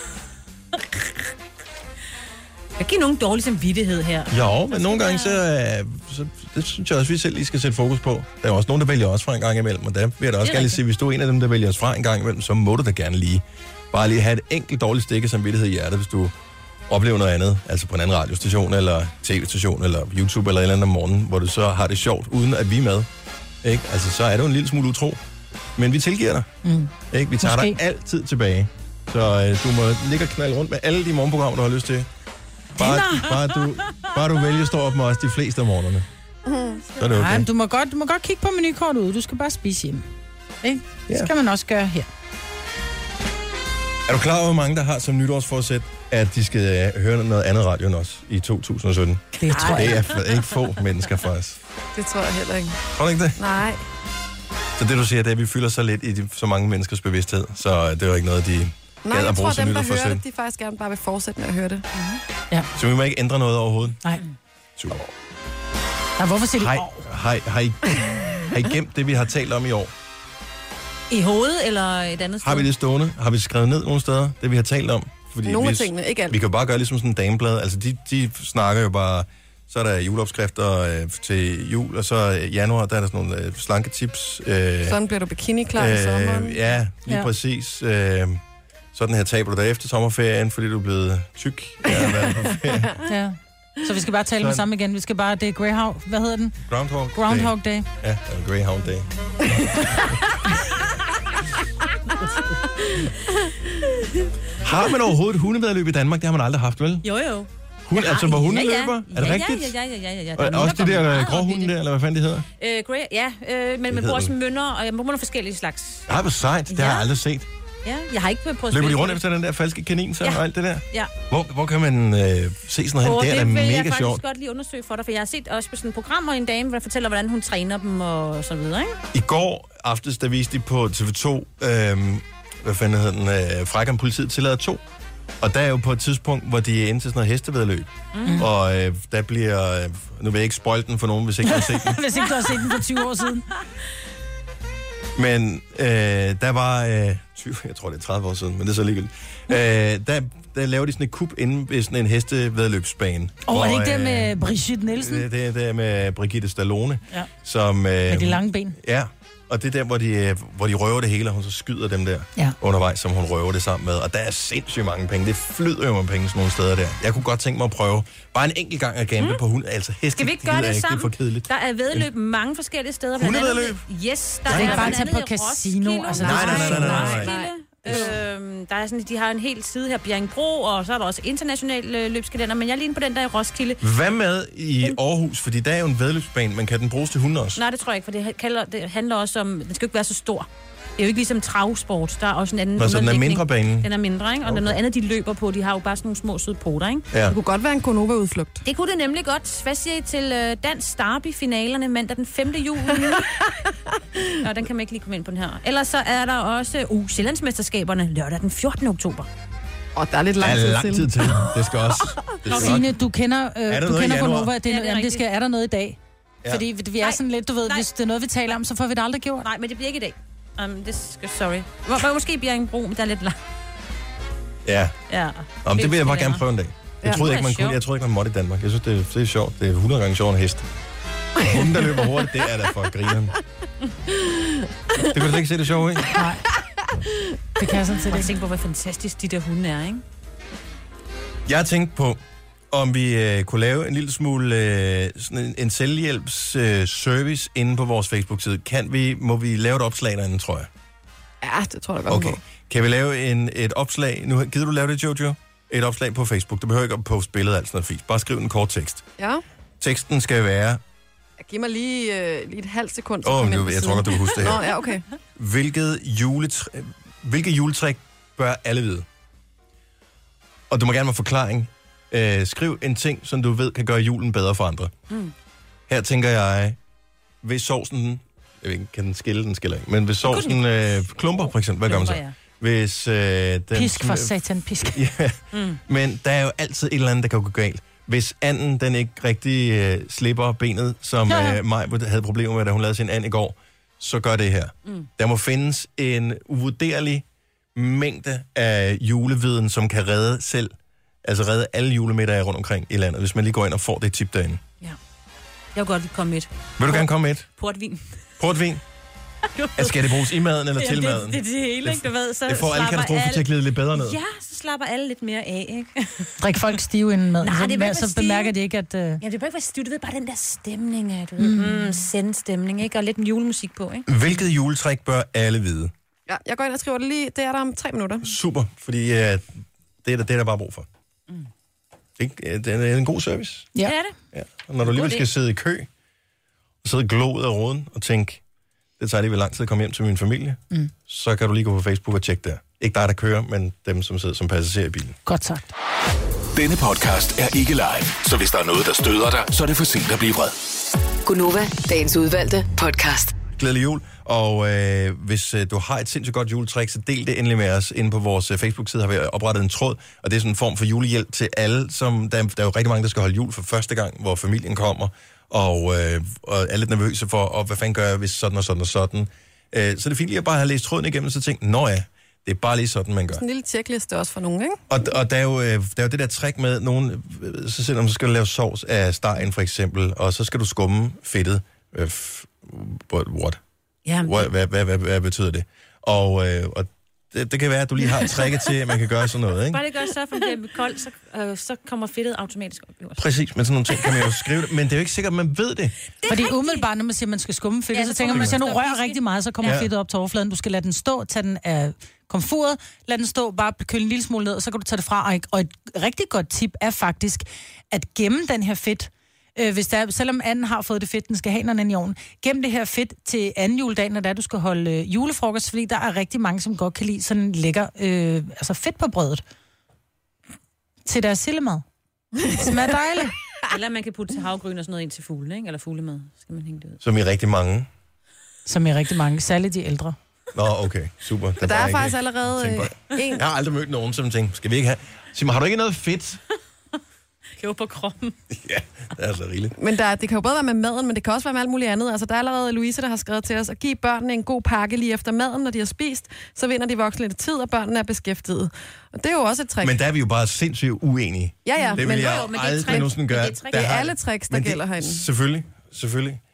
Jeg giver nogen dårlig samvittighed her. Jo, men nogle gange, så, så det synes jeg også, vi selv lige skal sætte fokus på. Der er også nogen, der vælger os fra en gang imellem, og der vil jeg da også gerne lige sige, hvis du er en af dem, der vælger os fra en gang imellem, så må du da gerne lige bare lige have et enkelt dårligt stik af samvittighed i hjertet, hvis du oplever noget andet, altså på en anden radiostation, eller tv-station, eller YouTube, eller et eller andet om morgenen, hvor du så har det sjovt, uden at vi er med. Ikke? Altså, så er det jo en lille smule utro. Men vi tilgiver dig. Mm. Ikke? Vi tager Måske. dig altid tilbage. Så øh, du må ligge og knalde rundt med alle de morgenprogrammer, du har lyst til. Bare, bare, du, bare du vælger at stå op med os de fleste af morgenerne. Mm. Så er det okay. Nej, du må, godt, du må godt kigge på menukortet ude. Du skal bare spise hjemme. Ikke? Det ja. skal man også gøre her. Er du klar over, hvor mange, der har som nytårsforsæt, at de skal høre noget andet radio end os i to tusind og sytten? Det tror jeg. Det er ikke få mennesker for os. Det tror jeg heller ikke. Tror du ikke det? Nej. Så det, du siger, det er, at vi fylder så lidt i de, så mange menneskers bevidsthed, så det er jo ikke noget, de Nej, jeg tror, dem, der hører det, de faktisk gerne bare vil fortsætte med at høre det. Mm-hmm. Ja. Så vi må ikke ændre noget overhovedet? Nej. Super. Nej, hvorfor siger de hej, hej, har, I, har I gemt det, vi har talt om i år? I hovedet eller et andet sted? Har vi det stående? Har vi skrevet ned nogle steder, det vi har talt om? Fordi nogle af vi, tingene, ikke alt. Vi kan bare gøre ligesom sådan en dameblad. Altså, de, de snakker jo bare... Så er der juleopskrifter øh, til jul, og så i januar, der er der sådan nogle øh, slanketips. Øh, sådan bliver du bikini-klar øh, i sommeren. Ja, lige ja. præcis. Øh, sådan her taber du dig efter sommerferien, fordi du er blevet tyk. Ja, ja. Så vi skal bare tale med sammen igen. Vi skal bare... Det er Greyhound... Hvad hedder den? Groundhog, Groundhog Day. Day. Ja, Greyhound Day. Har man overhovedet hundevæddeløb i Danmark? Det har man aldrig haft, vel? Jo, jo. Hun, altså, hvor hunden ja, ja. løber? Er det ja, rigtigt? Ja, ja, ja, ja. ja. Og også det der gråhunden der, eller hvad fanden det hedder? Øh, grey, ja, øh, men man bruger også mønner, og jeg bruger nogle forskellige slags. Ej, hvor sejt. Det ja. har jeg aldrig set. Ja, jeg har ikke prøvet at Løber de rundt efter den der falske kanin, så, ja. og alt det der? Ja. Hvor, hvor kan man øh, se sådan noget oh, hen? Det er da mega sjovt. Det vil jeg faktisk godt lige undersøge for dig, for jeg har set også på sådan et program, hvor en dame, der fortæller, hvordan hun træner dem og så videre, ikke? I går aftes, der viste de på T V to, øh, hvad fanden hedder den, øh, Frækkeren politiet tillader to. Og der er jo på et tidspunkt, hvor de er inde til sådan noget hestevæddeløb. Mm. Og øh, der bliver... Øh, nu vil jeg ikke spoil den for nogen, hvis ikke du har set den. Hvis ikke du har set den for tyve år siden. Men øh, der var... Øh, tyve, jeg tror, det er tredive år siden, men det er så ligegyldigt. Øh, der, der laver de sådan et kup inde ved sådan en hestevæddeløbsbane. Åh, oh, er det ikke øh, det med Brigitte Nielsen? Det er det med Brigitte Stallone. Ja. Som, øh, med de lange ben. Ja. Og det er der, hvor de, øh, hvor de røver det hele, og hun så skyder dem der Ja. undervejs, som hun røver det sammen med. Og der er sindssygt mange penge. Det flyder jo med penge sådan nogle steder der. Jeg kunne godt tænke mig at prøve bare en enkelt gang at gamble mm. på hund. Altså heste, Skal vi ikke gøre det, det sammen? Det er for kedeligt. Der er vedløb mange forskellige steder. blandt Hundevedløb? andet- Yes, der Det er er ikke bare blandt tage på andet i casino, Roskilde. altså, Nej, nej, nej, nej, nej, nej. Øhm, der er sådan, de har en hel side her, Bjerringbro, og så er der også international øh, løbskalender, men jeg er lige inde på den der i Roskilde. Hvad med i Aarhus? Fordi der er jo en vedløbsbane, men kan den bruges til hunde også? Nej, det tror jeg ikke, for det, kalder, det handler også om, den skal jo ikke være så stor. Det er jo ikke ligesom travsport, der er også en anden Nå, så den er underlægning. mindre banen? Den er mindre, ikke? Og okay. der er noget andet, de løber på. De har jo bare sådan nogle små søde poter, ikke? Ja. Det kunne godt være en Gonova-udflugt. Det kunne det nemlig godt. Hvad siger I til øh, Dansk Derby-finalerne mandag den femte juli? Nå, den kan man ikke lige komme ind på den her. Ellers så er der også uh, Sjællandsmesterskaberne lørdag den fjortende oktober. Og der er lidt Der lang er tid lang til. tid til. Det skal også... Det skal Signe, du kender, Er der øh, du noget i kender januar? Gonova. Det, Ja, er, det er jamen, det skal, er der noget i dag? Ja. Fordi vi er Nej. sådan lidt, du ved, Nej. hvis det er noget, vi taler om, så får vi det aldrig gjort. Nej, men det bliver ikke i dag. Um, det skal, sorry. Må, må, måske Bjerringbro, men der er lidt langt. Ja. Ja. Om det vil jeg bare gerne prøve en dag. Jeg Ja. troede ikke, Det man er kunne. sjovt. Jeg troede ikke, man måtte i Danmark. Jeg synes, det er, det er sjovt. Det er hundrede gange sjovere end hest. Hunden, der løber hurtigt, det er da for grineren. Det kunne du ikke se det sjove, ikke? Nej. Det kan jeg sådan set Jeg ikke. tænker på, hvor fantastisk de der hunde er, ikke? Jeg har tænkt på, om vi øh, kunne lave en lille smule øh, sådan en, en selvhjælpsservice øh, service inde på vores Facebook-side. Kan vi, må vi lave et opslag derinde, tror jeg? Ja, det tror jeg godt, Okay. på. Kan vi lave en, et opslag? Nu, gider du lave det, Jojo? Et opslag på Facebook. Du behøver ikke at poste billeder af alt sådan noget fint. Bare skriv en kort tekst. Ja. Teksten skal være... Giv mig lige, øh, lige et halvt sekund. Åh, oh, jeg tror godt, du kan huske det her. Nå, ja, okay. Hvilket juletræ, hvilket juletræk bør alle vide? Og du må gerne have forklaring. Øh, skriv en ting, som du ved kan gøre julen bedre for andre. Mm. Her tænker jeg, hvis sovsen, jeg ved ikke, kan den skille, den skiller ikke, men hvis sovsen øh, klumper, for eksempel, hvad gør man så? Klumper, ja. Hvis øh, den... Pisk for satan, pisk. Ja, mm. Men der er jo altid et eller andet, der kan gå galt. Hvis anden, den ikke rigtig øh, slipper benet, som Ja. øh, Maj havde problemer med, da hun lavede sin and i går, så gør det her. Mm. Der må findes en uvurderlig mængde af juleviden, som kan redde selv, altså redde alle julemiddager rundt omkring i landet, hvis man lige går ind og får det tip derinde. Ja. Jeg vil godt lige komme med et. Vil du gerne komme med et? Portvin. Portvin? Altså, skal det bruges i maden eller til maden? Det, det, det hele, ikke? Du ved, så Det får alle slapper katastrofer til at glide lidt bedre ned. Ja, så slapper alle lidt mere af, ikke? Drik folk stive inden mad. Nej, så, det vil ikke så være stive. bemærker de ikke, at... Uh... Ja, det er bare ikke være stiv. Du ved bare den der stemning af, du ved. Mm, sendstemning, ikke? Og lidt julemusik på, ikke? Hvilket juletræk bør alle vide? Ja, jeg går ind og skriver det lige. Det er der om tre minutter. Super, fordi uh, det, er der, det er der bare brug for. Mm. Ikke? Det er en god service. Ja. Det er det. Ja. Og når du alligevel idé. skal sidde i kø, og sidde gloet af roden, og tænke, det tager alligevel lang tid at komme hjem til min familie, mm. så kan du lige gå på Facebook og tjekke der. Ikke dig, der kører, men dem, som sidder som passagerer i bilen. Godt sagt. Denne podcast er ikke live, så hvis der er noget, der støder dig, så er det for sent at blive vred. Gunova, dagens udvalgte podcast. Glædelig jul, og øh, hvis øh, du har et sindssygt godt juletræk, så del det endelig med os. Inde på vores øh, Facebook-side har vi oprettet en tråd, og det er sådan en form for julehjælp til alle, som der, der er jo rigtig mange, der skal holde jul for første gang, hvor familien kommer, og, øh, og er lidt nervøse for, og hvad fanden gør jeg, hvis sådan og sådan og sådan. Øh, så det er fint lige at bare have læst tråden igennem, så tænke, nå ja, det er bare lige sådan, man gør. En lille checkliste også for nogen, ikke? Og, og der, er jo, øh, der er jo det der trick med, nogen, øh, så selvom så skal du lave sovs af stegen for eksempel, og så skal du skumme fedtet. Øh, f- what? Ja, What? Hvad, hvad, hvad, hvad betyder det? Og, øh, og det, det kan være, at du lige har tricket til, at man kan gøre sådan noget, ikke? bare det gør så, for det er koldt, så, øh, så kommer fedtet automatisk op. Også. Præcis, men sådan nogle ting kan man jo skrive det, men det er jo ikke sikkert, at man ved det. Fordi umiddelbart, når man siger, at man skal skumme fedt, Ja, ja, så så tænker tror man, man, hvis jeg nu det står rører pisket. rigtig meget, så kommer Ja. ja. fedtet op til overfladen. Du skal lade den stå, tage den af komfuret, lad den stå, bare køle en lille smule ned, og så kan du tage det fra. Og et rigtig godt tip er faktisk, at gemme den her fedt, øh, hvis der, selvom anden har fået det fedt, den skal have den anden i ovnen, gem det her fedt til anden juledag, når der du skal holde øh, julefrokost, fordi der er rigtig mange, som godt kan lide sådan en lækker øh, altså fedt på brødet til deres sillemad. Det smager dejligt. Eller man kan putte havgryn og sådan noget ind til fugle, ikke? Eller fuglemad, skal man hænge det ud. Som i rigtig mange. Som er rigtig mange, særligt de ældre. Nå, okay, super. Det Der var er ikke- faktisk allerede tænk øh, på- en. Jeg har aldrig mødt nogen, som tænker, skal vi ikke have... Sig mig, har du ikke noget fedt? Hæve på kroppen. Ja, det er så rigeligt. Men der, det kan jo både være med maden, men det kan også være med alt muligt andet. Altså, der er allerede Louise, der har skrevet til os, at give børnene en god pakke lige efter maden, når de har spist. Så vinder de voksne lidt tid, og børnene er beskæftiget. Og det er jo også et trick. Men der er vi jo bare sindssygt uenige. ja, ja, Det vil men jeg jo, jo men det er aldrig trick. nogensinde Men gøre. det er trick. Der det er har- alle tricks, der Men det- gælder herinde. Selvfølgelig, selvfølgelig.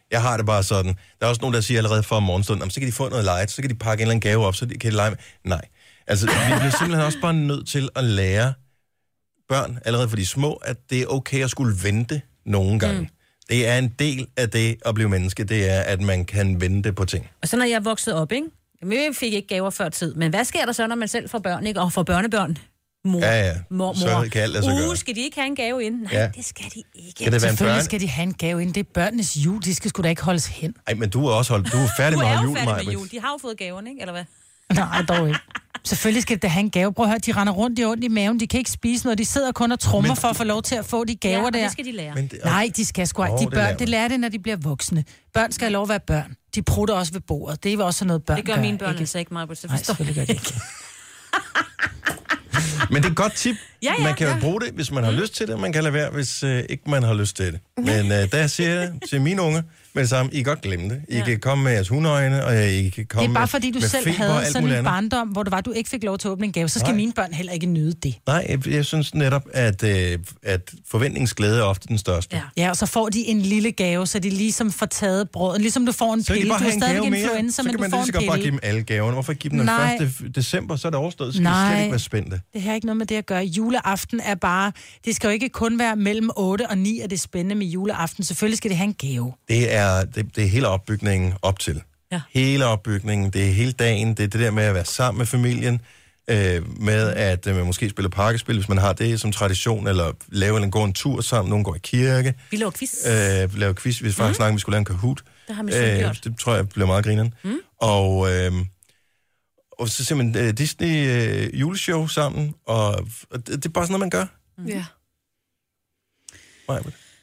Jeg har det bare sådan. Der er også nogen, der siger allerede for morgenstunden, så kan de få noget leget, så kan de pakke en eller anden gave op, så de kan de lege med. Nej. Altså, vi bliver simpelthen også bare nødt til at lære børn, allerede for de små, at det er okay at skulle vente nogle gange. Mm. Det er en del af det at blive menneske, det er, at man kan vente på ting. Og så når jeg voksede op, ikke? Vi fik ikke gaver før tid, men hvad sker der så, når man selv får børn, ikke? Og får børnebørn? Mor, ja, ja. Mor, mor. Så kan alt lade sig gøre. Uh, skal de ikke have en gave ind? Nej, ja. det skal de ikke. Skal det være Selvfølgelig børn? skal de have en gave ind. Det er børnenes jul. De skal sgu da ikke holdes hen. Nej, men du er også holdt. Du er færdig med at holde jul, Maja. Med jul. De har jo fået gaverne, ikke? Eller hvad? Nej, dog ikke. Selvfølgelig skal det have en gave. Prøv at høre, de render rundt, de har ondt i maven, de kan ikke spise noget, de sidder kun og trummer men, for at få lov til at få de gaver ja, der. det skal de lære. Men det, Nej, de skal sgu ikke. Oh, De det børn, lærer det lærer det, når de bliver voksne. Børn skal have lov at være børn. De prutter også ved bordet. Det er også noget, børn gør. Det gør mine børn altså ikke meget på det. Nej, selvfølgelig gør det ikke. Men det er et godt tip. Ja, ja, man kan jo ja. bruge det, hvis man har lyst til det. Man kan lade være, hvis øh, ikke man har lyst til det. Men øh, der siger jeg til mine unge med det samme, I kan godt glemme det. I ja. kan komme med jeres hundeøjne, og I kan komme Det er bare med, fordi, du med selv feber, havde sådan en andet. barndom, hvor det var, du ikke fik lov til at åbne en gave. Så skal Nej. mine børn heller ikke nyde det. Nej, jeg, jeg synes netop, at, øh, at forventningsglæde er ofte den største. Ja. Ja, og så får de en lille gave, så de ligesom får taget brøden. Ligesom du får en Så pille. kan de bare Du have har en stadig gave mere, influenza, så men kan du man får lige en så godt bare pille. give dem alle gaverne. Hvorfor give dem den Nej. første december, så er det overstået. Så skal Nej. de slet ikke være spændte. Det har ikke noget med det at gøre. Juleaften er bare... Det skal jo ikke kun være mellem otte og ni, at det er spændende med juleaften. Selvfølgelig skal det have en gave. Det er, det, det er hele opbygningen op til. Ja. Hele opbygningen, det er hele dagen, det er det der med at være sammen med familien, øh, med at øh, man måske spiller parkespil, hvis man har det som tradition, eller lave eller gå en tur sammen, nogen går i kirke. Vi laver quiz. Øh, lave quiz, hvis faktisk mm. snakker, vi skulle lave en Kahoot. Det har min søn gjort. Det tror jeg bliver meget grineren. Mm. Og, øh, og så ser man øh, Disney øh, juleshow sammen, og, og det, det er bare sådan noget, man gør. Mm. Ja. Nej,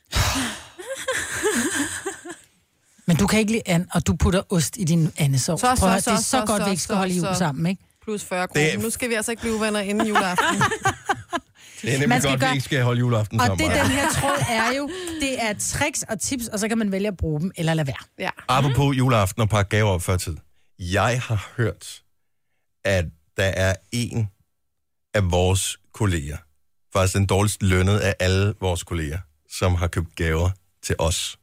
Men du kan ikke lide and, og du putter ost i din andesovs. Så, så, Prøv at høre, så, det er så, så, godt, så, vi ikke skal så, holde jul så. sammen, ikke? Plus fyrre kroner. Det- Nu skal vi altså ikke blive venner inden juleaften. det er nemlig Man skal godt, gøre- vi ikke skal holde juleaften Og sammen. det, den her tråd er jo, det er tricks og tips, og så kan man vælge at bruge dem, eller lade være. Ja. Apropos juleaften og pakke gaver op før tid. Jeg har hørt, at der er en af vores kolleger, faktisk den dårligst lønnet af alle vores kolleger, som har købt gaver til os.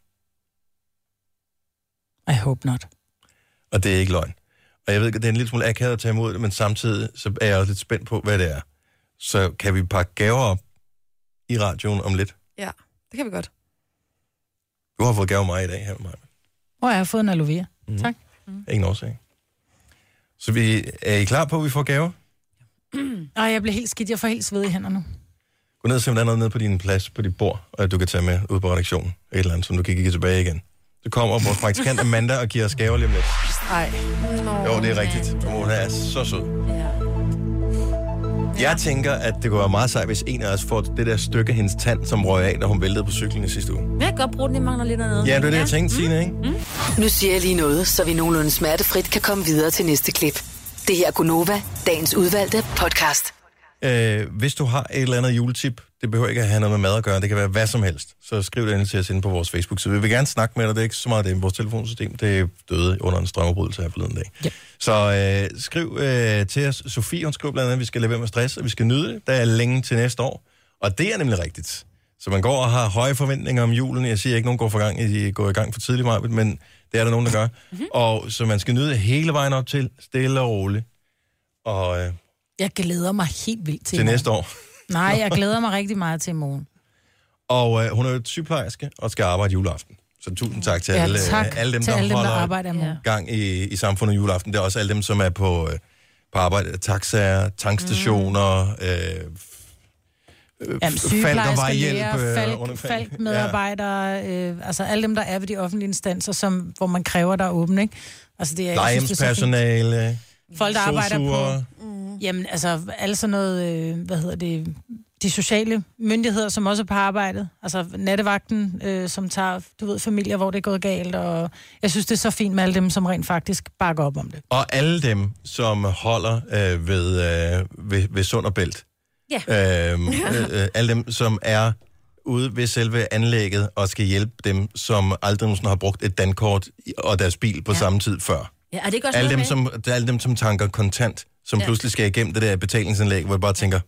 I hope not. Og det er ikke løgn. Og jeg ved, at det er en lille smule akavet at tage imod det, men samtidig så er jeg også lidt spændt på, hvad det er. Så kan vi pakke gaver op i radioen om lidt? Ja, det kan vi godt. Du har fået gaver mig i dag her med mig. Hvor jeg har fået en aloe vera. Mm. Tak. Ingen årsag. Så vi, er I klar på, at vi får gaver? Og jeg bliver helt skidt. Jeg får helt sved i hænder nu. Gå ned og se, om der er noget nede på din plads, på dit bord, og du kan tage med ud på redaktionen. Et eller andet, som du kan give tilbage igen. Så kommer vores praktikant Amanda og giver os gaver lige om lidt. Nej. No. Jo, det er rigtigt. Hun er så sød. Ja. Jeg tænker, at det kunne være meget sejt, hvis en af os får det der stykke af hendes tand, som røg af, da hun væltede på cyklen i sidste uge. Jeg kan godt bruge den, jeg mangler lidt af noget. Ja, det er det, jeg tænkte, Signe, ikke? Mm. Nu siger jeg lige noget, så vi nogenlunde smertefrit kan komme videre til næste klip. Det her er Gunova, dagens udvalgte podcast. Øh, hvis du har et eller andet juletip, det behøver ikke at have noget med mad at gøre, det kan være hvad som helst, så skriv det ind til os inde på vores Facebook. Så vi vil gerne snakke med dig, det er ikke så meget det, vores telefonsystem, det er døde under en strømafbrydelse her forleden dag. Yep. Så øh, skriv øh, til os. Sofie, hun skriver blandt andet, at vi skal lade være med stress, og vi skal nyde det. Der er længe til næste år, og det er nemlig rigtigt. Så man går og har høje forventninger om julen. Jeg siger ikke, nogen går, for gang, I går i gang for tidligt, Maj, men det er der nogen, der gør. Mm-hmm. Og så man skal nyde det hele vejen op til, stille og roligt. Og øh, Jeg glæder mig helt vildt til til i morgen. næste år. Nej, jeg glæder mig rigtig meget til i morgen. Og øh, hun er jo sygeplejerske og skal arbejde juleaften. Så tusind tak til Ja, alle, tak alle dem, til der alle dem, der holder arbejder i morgen. gang i, i samfundet juleaften. Det er også alle dem, som er på, øh, på arbejde. Taxaer, tankstationer, mm. øh, Jamen, Falk og sygeplejersker, vejhjælp, læger, øh, falk, rundt omkring. falkmedarbejdere, øh, altså alle dem, der er ved de offentlige instanser, som, hvor man kræver, der er åbne, ikke? Altså, det er, jeg synes, det er så fint. Lejehjemspersonale, Folk, der arbejder sosuer. på... Mm. Jamen, altså, alle sådan noget, øh, hvad hedder det... De sociale myndigheder, som også er på arbejdet. Altså nattevagten, øh, som tager, du ved, familier, hvor det er gået galt. Og jeg synes, det er så fint med alle dem, som rent faktisk bakker op om det. Og alle dem, som holder øh, ved, øh, ved, ved Sund og Bælt. Ja. Øhm, øh, øh, alle dem, som er ude ved selve anlægget og skal hjælpe dem, som aldrig nogensinde har brugt et dankort og deres bil på ja. samme tid før. Ja, er det ikke også Alle dem, noget med? som, alle dem, som tanker kontant, som ja. pludselig skal igennem det der betalingsanlæg, hvor jeg bare tænker,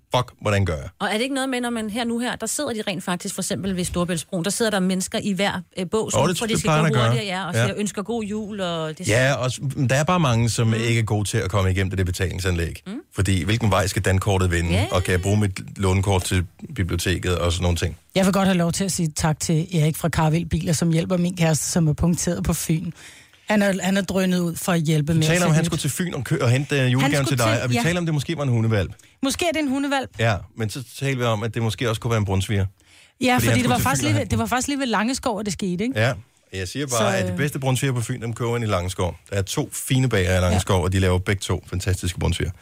fuck, hvordan gør jeg? Og er det ikke noget med, når man her nu her, der sidder de rent faktisk, for eksempel ved Storebæltsbroen, der sidder der mennesker i hver øh, bås, oh, det, for det de skal gå gøre. hurtigere, ja, og ja. siger, ønsker god jul. Og det ja, og der er bare mange, som mm. ikke er gode til at komme igennem det betalingsanlæg. Mm. Fordi hvilken vej skal dankortet vinde, yeah. og kan jeg bruge mit lånekort til biblioteket og sådan nogle ting. Jeg vil godt have lov til at sige tak til Erik fra Carvild Biler, som hjælper min kæreste, som er punkteret på Fyn. Han er, han er drønet ud for at hjælpe med. Vi taler om, at han skulle til Fyn og, kø- og hente julegaven til dig, til, og vi ja. taler om, det måske var en hundevalp. Måske er det en hundevalp. Ja, men så taler vi om, at det måske også kunne være en brunsviger. Ja, fordi, fordi det, var faktisk lige ved, det var faktisk lige ved Langeskov, at det skete, ikke? Ja, jeg siger bare, så, at de bedste brunsviger på Fyn, dem køber ind i Langeskov. Der er to fine bager i Langeskov, ja. og de laver begge to fantastiske brunsviger.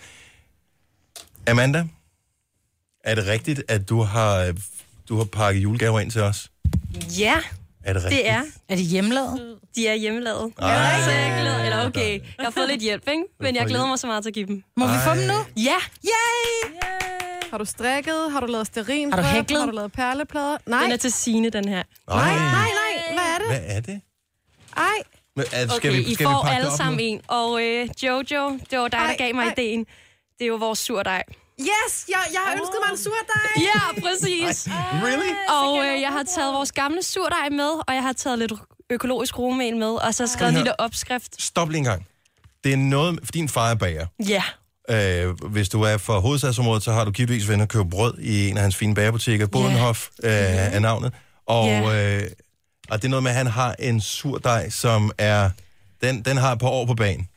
Amanda, er det rigtigt, at du har, du har pakket julegaver ind til os? Ja, er det, det er. Er de hjemmelavet? De er hjemmelavet. Ej. Så jeg glæder, eller okay, jeg har fået lidt hjælp, ikke? Men jeg glæder mig så meget til at give dem. Må vi få dem nu? Ja! Yay! Har du strikket? Har du lavet stearin? Har du hæklet? Har du lavet perleplader? Nej. Den er til Signe, den her. Nej, nej, nej. Hvad er det? Hvad er det? Ej. Men, er, skal Okay, vi, I skal får vi alle sammen en. Og øh, Jojo, det var dig, der gav mig ej. ideen. Det er jo vores surdej. Yes, jeg, jeg har ønsket mig en surdej. Ja, præcis. Really? Og øh, jeg har taget vores gamle surdej med, og jeg har taget lidt økologisk rogemel med, og så skrevet en lille opskrift. Stop lige en gang. Det er noget, for din far er bager. Ja. Øh, hvis du er fra hovedstadsområdet, så har du givetvis venner købe brød i en af hans fine bagerbutikker. Bodenhof øh, mm-hmm. er navnet. Og, Yeah. øh, og det er noget med, at han har en surdej, som er... Den, den har et par år på banen.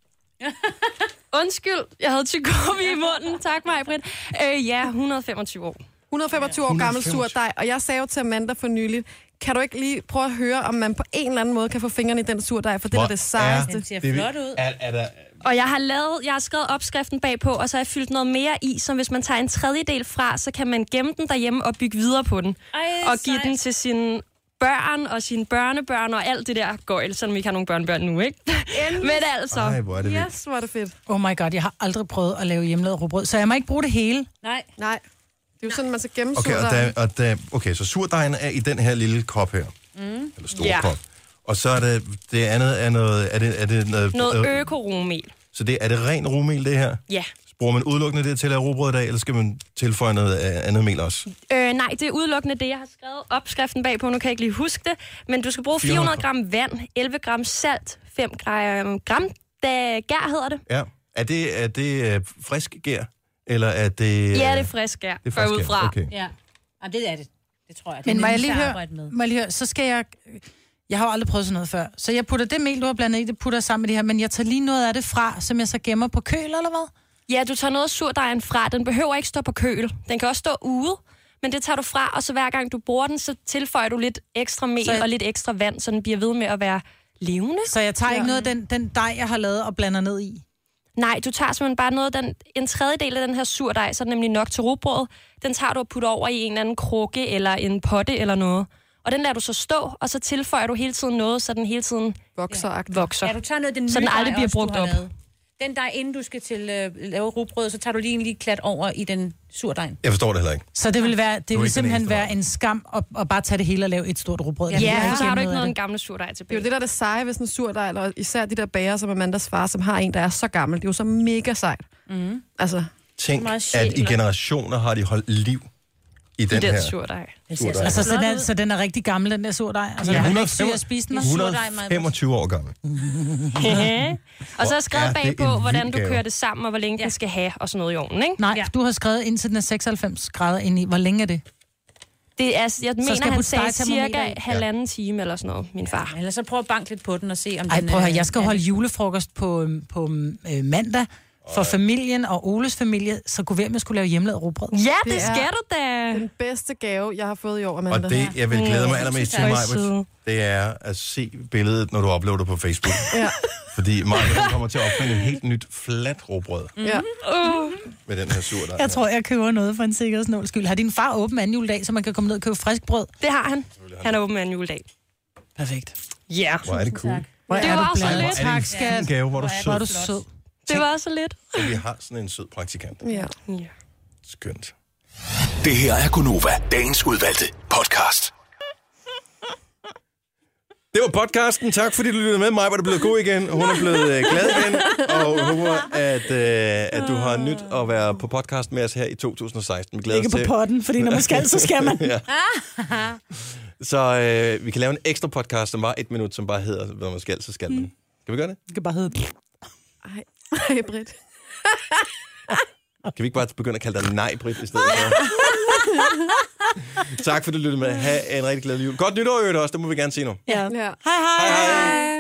Undskyld, jeg havde tyggegummi i munden. Tak, Maj-Britt. Øh, ja, et hundrede og femogtyve år. et hundrede og femogtyve år gammel surdej, og jeg sagde jo til Amanda for nylig, kan du ikke lige prøve at høre, om man på en eller anden måde kan få fingrene i den surdej, for det Hvor er det sejeste. Den ser flot ud. Er, er der, Og jeg har lavet, jeg har skrevet opskriften bagpå, og så har jeg fyldt noget mere i, så hvis man tager en tredjedel fra, så kan man gemme den derhjemme og bygge videre på den. Ej, og give sejt. den til sine børn og sine børnebørn og alt det der gøjl, selvom vi ikke har nogen børnebørn nu, ikke? Men altså... Ej, hvor er det vildt. Yes, hvor er det fedt. Oh my god, jeg har aldrig prøvet at lave hjemmelavet rugbrød, så jeg må ikke bruge det hele. Nej. Nej, det er jo sådan, man skal gemme Okay, og surdejen. der, og der, okay, så surdejen er i den her lille kop her. Mm. Eller store Ja. kop. Og så er det, det andet er noget... Er det, er det noget, Noget øh, øko-rogemel. Så det, er det ren rugmel, det her? Ja. Bruger man udelukkende det til at lave rugbrød i dag, eller skal man tilføje noget øh, andet mel også? Øh, nej, det er udelukkende det, jeg har skrevet opskriften bagpå. Nu kan jeg ikke lige huske det. Men du skal bruge fire hundrede gram vand, elleve gram salt, fem gram, gram da, gær hedder det. Ja. Er det, er det øh, frisk gær, eller er det... Øh, Ja, det er frisk gær, det er for frisk ud gær, fra. okay. Ja. Jamen, det er det. Det tror jeg. Det er Men må jeg, nemmest lige at høre, arbejde med. må jeg lige høre, så skal jeg... Jeg har jo aldrig prøvet sådan noget før. Så jeg putter det mel, du har blandet i, det putter jeg sammen med det her, men jeg tager lige noget af det fra, som jeg så gemmer på køl, eller hvad? Ja, du tager noget af surdejen fra. Den behøver ikke stå på køl. Den kan også stå ude, men det tager du fra, og så hver gang du bruger den, så tilføjer du lidt ekstra mel Så jeg- og lidt ekstra vand, så den bliver ved med at være levende. Så jeg tager ikke noget af den, den dej, jeg har lavet, og blander ned i. Nej, du tager simpelthen bare noget af den, en tredjedel af den her surdej, så er det nemlig nok til rugbrødet. Den tager du og putter over i en eller anden krukke eller en potte eller noget. Og den lader du så stå, og så tilføjer du hele tiden noget, så den hele tiden Vokser. vokser. Ja, du tager noget af den nye Så den aldrig dej bliver også, du brugt har op. lavet. Den der, inden du skal til øh, lave rugbrød, så tager du lige en lige klat over i den surdejen. Jeg forstår det heller ikke. Så det vil, være, det Du er vil ikke den simpelthen eneste, være en skam at, at bare tage det hele og lave et stort rugbrød. Jeg vil Ja, ikke så har gemme du ikke af noget af den det. gamle surdej Det er tilbage. jo det, der er det seje ved sådan en surdej, eller især de der bager som Amandas far, som har en, der er så gammel. Det er jo så mega sejt. Mm. Altså, Tænk, meget sjæl, at i generationer har de holdt liv i den, Den her. surdej. Surdej. Altså, så den, så den er rigtig gammel, den der surdej. Altså, Ja, ja, hundrede er ikke syg at spise den. hundrede- hundrede og femogtyve år gammel. Og så har jeg skrevet Hvor er det bagpå, en hvordan vild du gave. kører det sammen, og hvor længe den skal have, og sådan noget i ovnen, ikke? Nej, Ja. du har skrevet indtil den er seksoghalvfems grader ind i. Hvor længe er det? Det er, jeg skal mener, jeg han putte sagde stegetermometer cirka i? halvanden time eller sådan noget, min far. Eller så prøv at banke lidt på den og se, om Ej, den... prøv at høre, øh, jeg skal er holde det. julefrokost på, øhm, på øh, mandag for familien og Oles familie, så kunne vi at jeg skulle lave hjemmelavet rugbrød. Ja, det, Det er- skal du da. den bedste gave, jeg har fået i år, Amanda. Og det, jeg vil glæde mig allermest til Hvor er I mig, søde. det er at se billedet, når du uploader på Facebook. Ja. Fordi mig kommer til at opfinde et helt nyt fladt rugbrød Ja. med den her surdej. Jeg tror, jeg køber noget for en sikkerhedsnåls skyld. Har din far åben anden juledag, så man kan komme ned og købe frisk brød? Det har han. Han er åben med en juledag. Perfekt. Ja. Hvor er det cool. Hvor Det er var du også blandet. lidt. Hvor er det Tak, en fin skat. gave, hvor er du Hvor er sød. du sød. Det var så lidt. Og vi har sådan en sød praktikant. Ja. Ja. Skønt. Det her er Gunova, dagens udvalgte podcast. Det var podcasten. Tak fordi du lyttede med. Mig var det blevet god igen. Hun er blevet øh, glad igen. Og håber, at, øh, at du har nyt at være på podcast med os her i to tusind og seksten. Vi glæder Ikke os på til. potten, fordi når man skal, så skal man. Ja. Så øh, vi kan lave en ekstra podcast, som var et minut, som bare hedder, når man skal, så skal man. Kan vi gøre det? Det kan bare hedde... Ej, ej, Britt. Kan vi ikke bare begynde at kalde dig nej, Britt, i stedet for? Tak for, at du lyttede med. Ha' en rigtig glædelig jul. Godt nytår, øvrigt også. Det må vi gerne sige nu. Ja. Ja. Hej, hej. Hej, hej.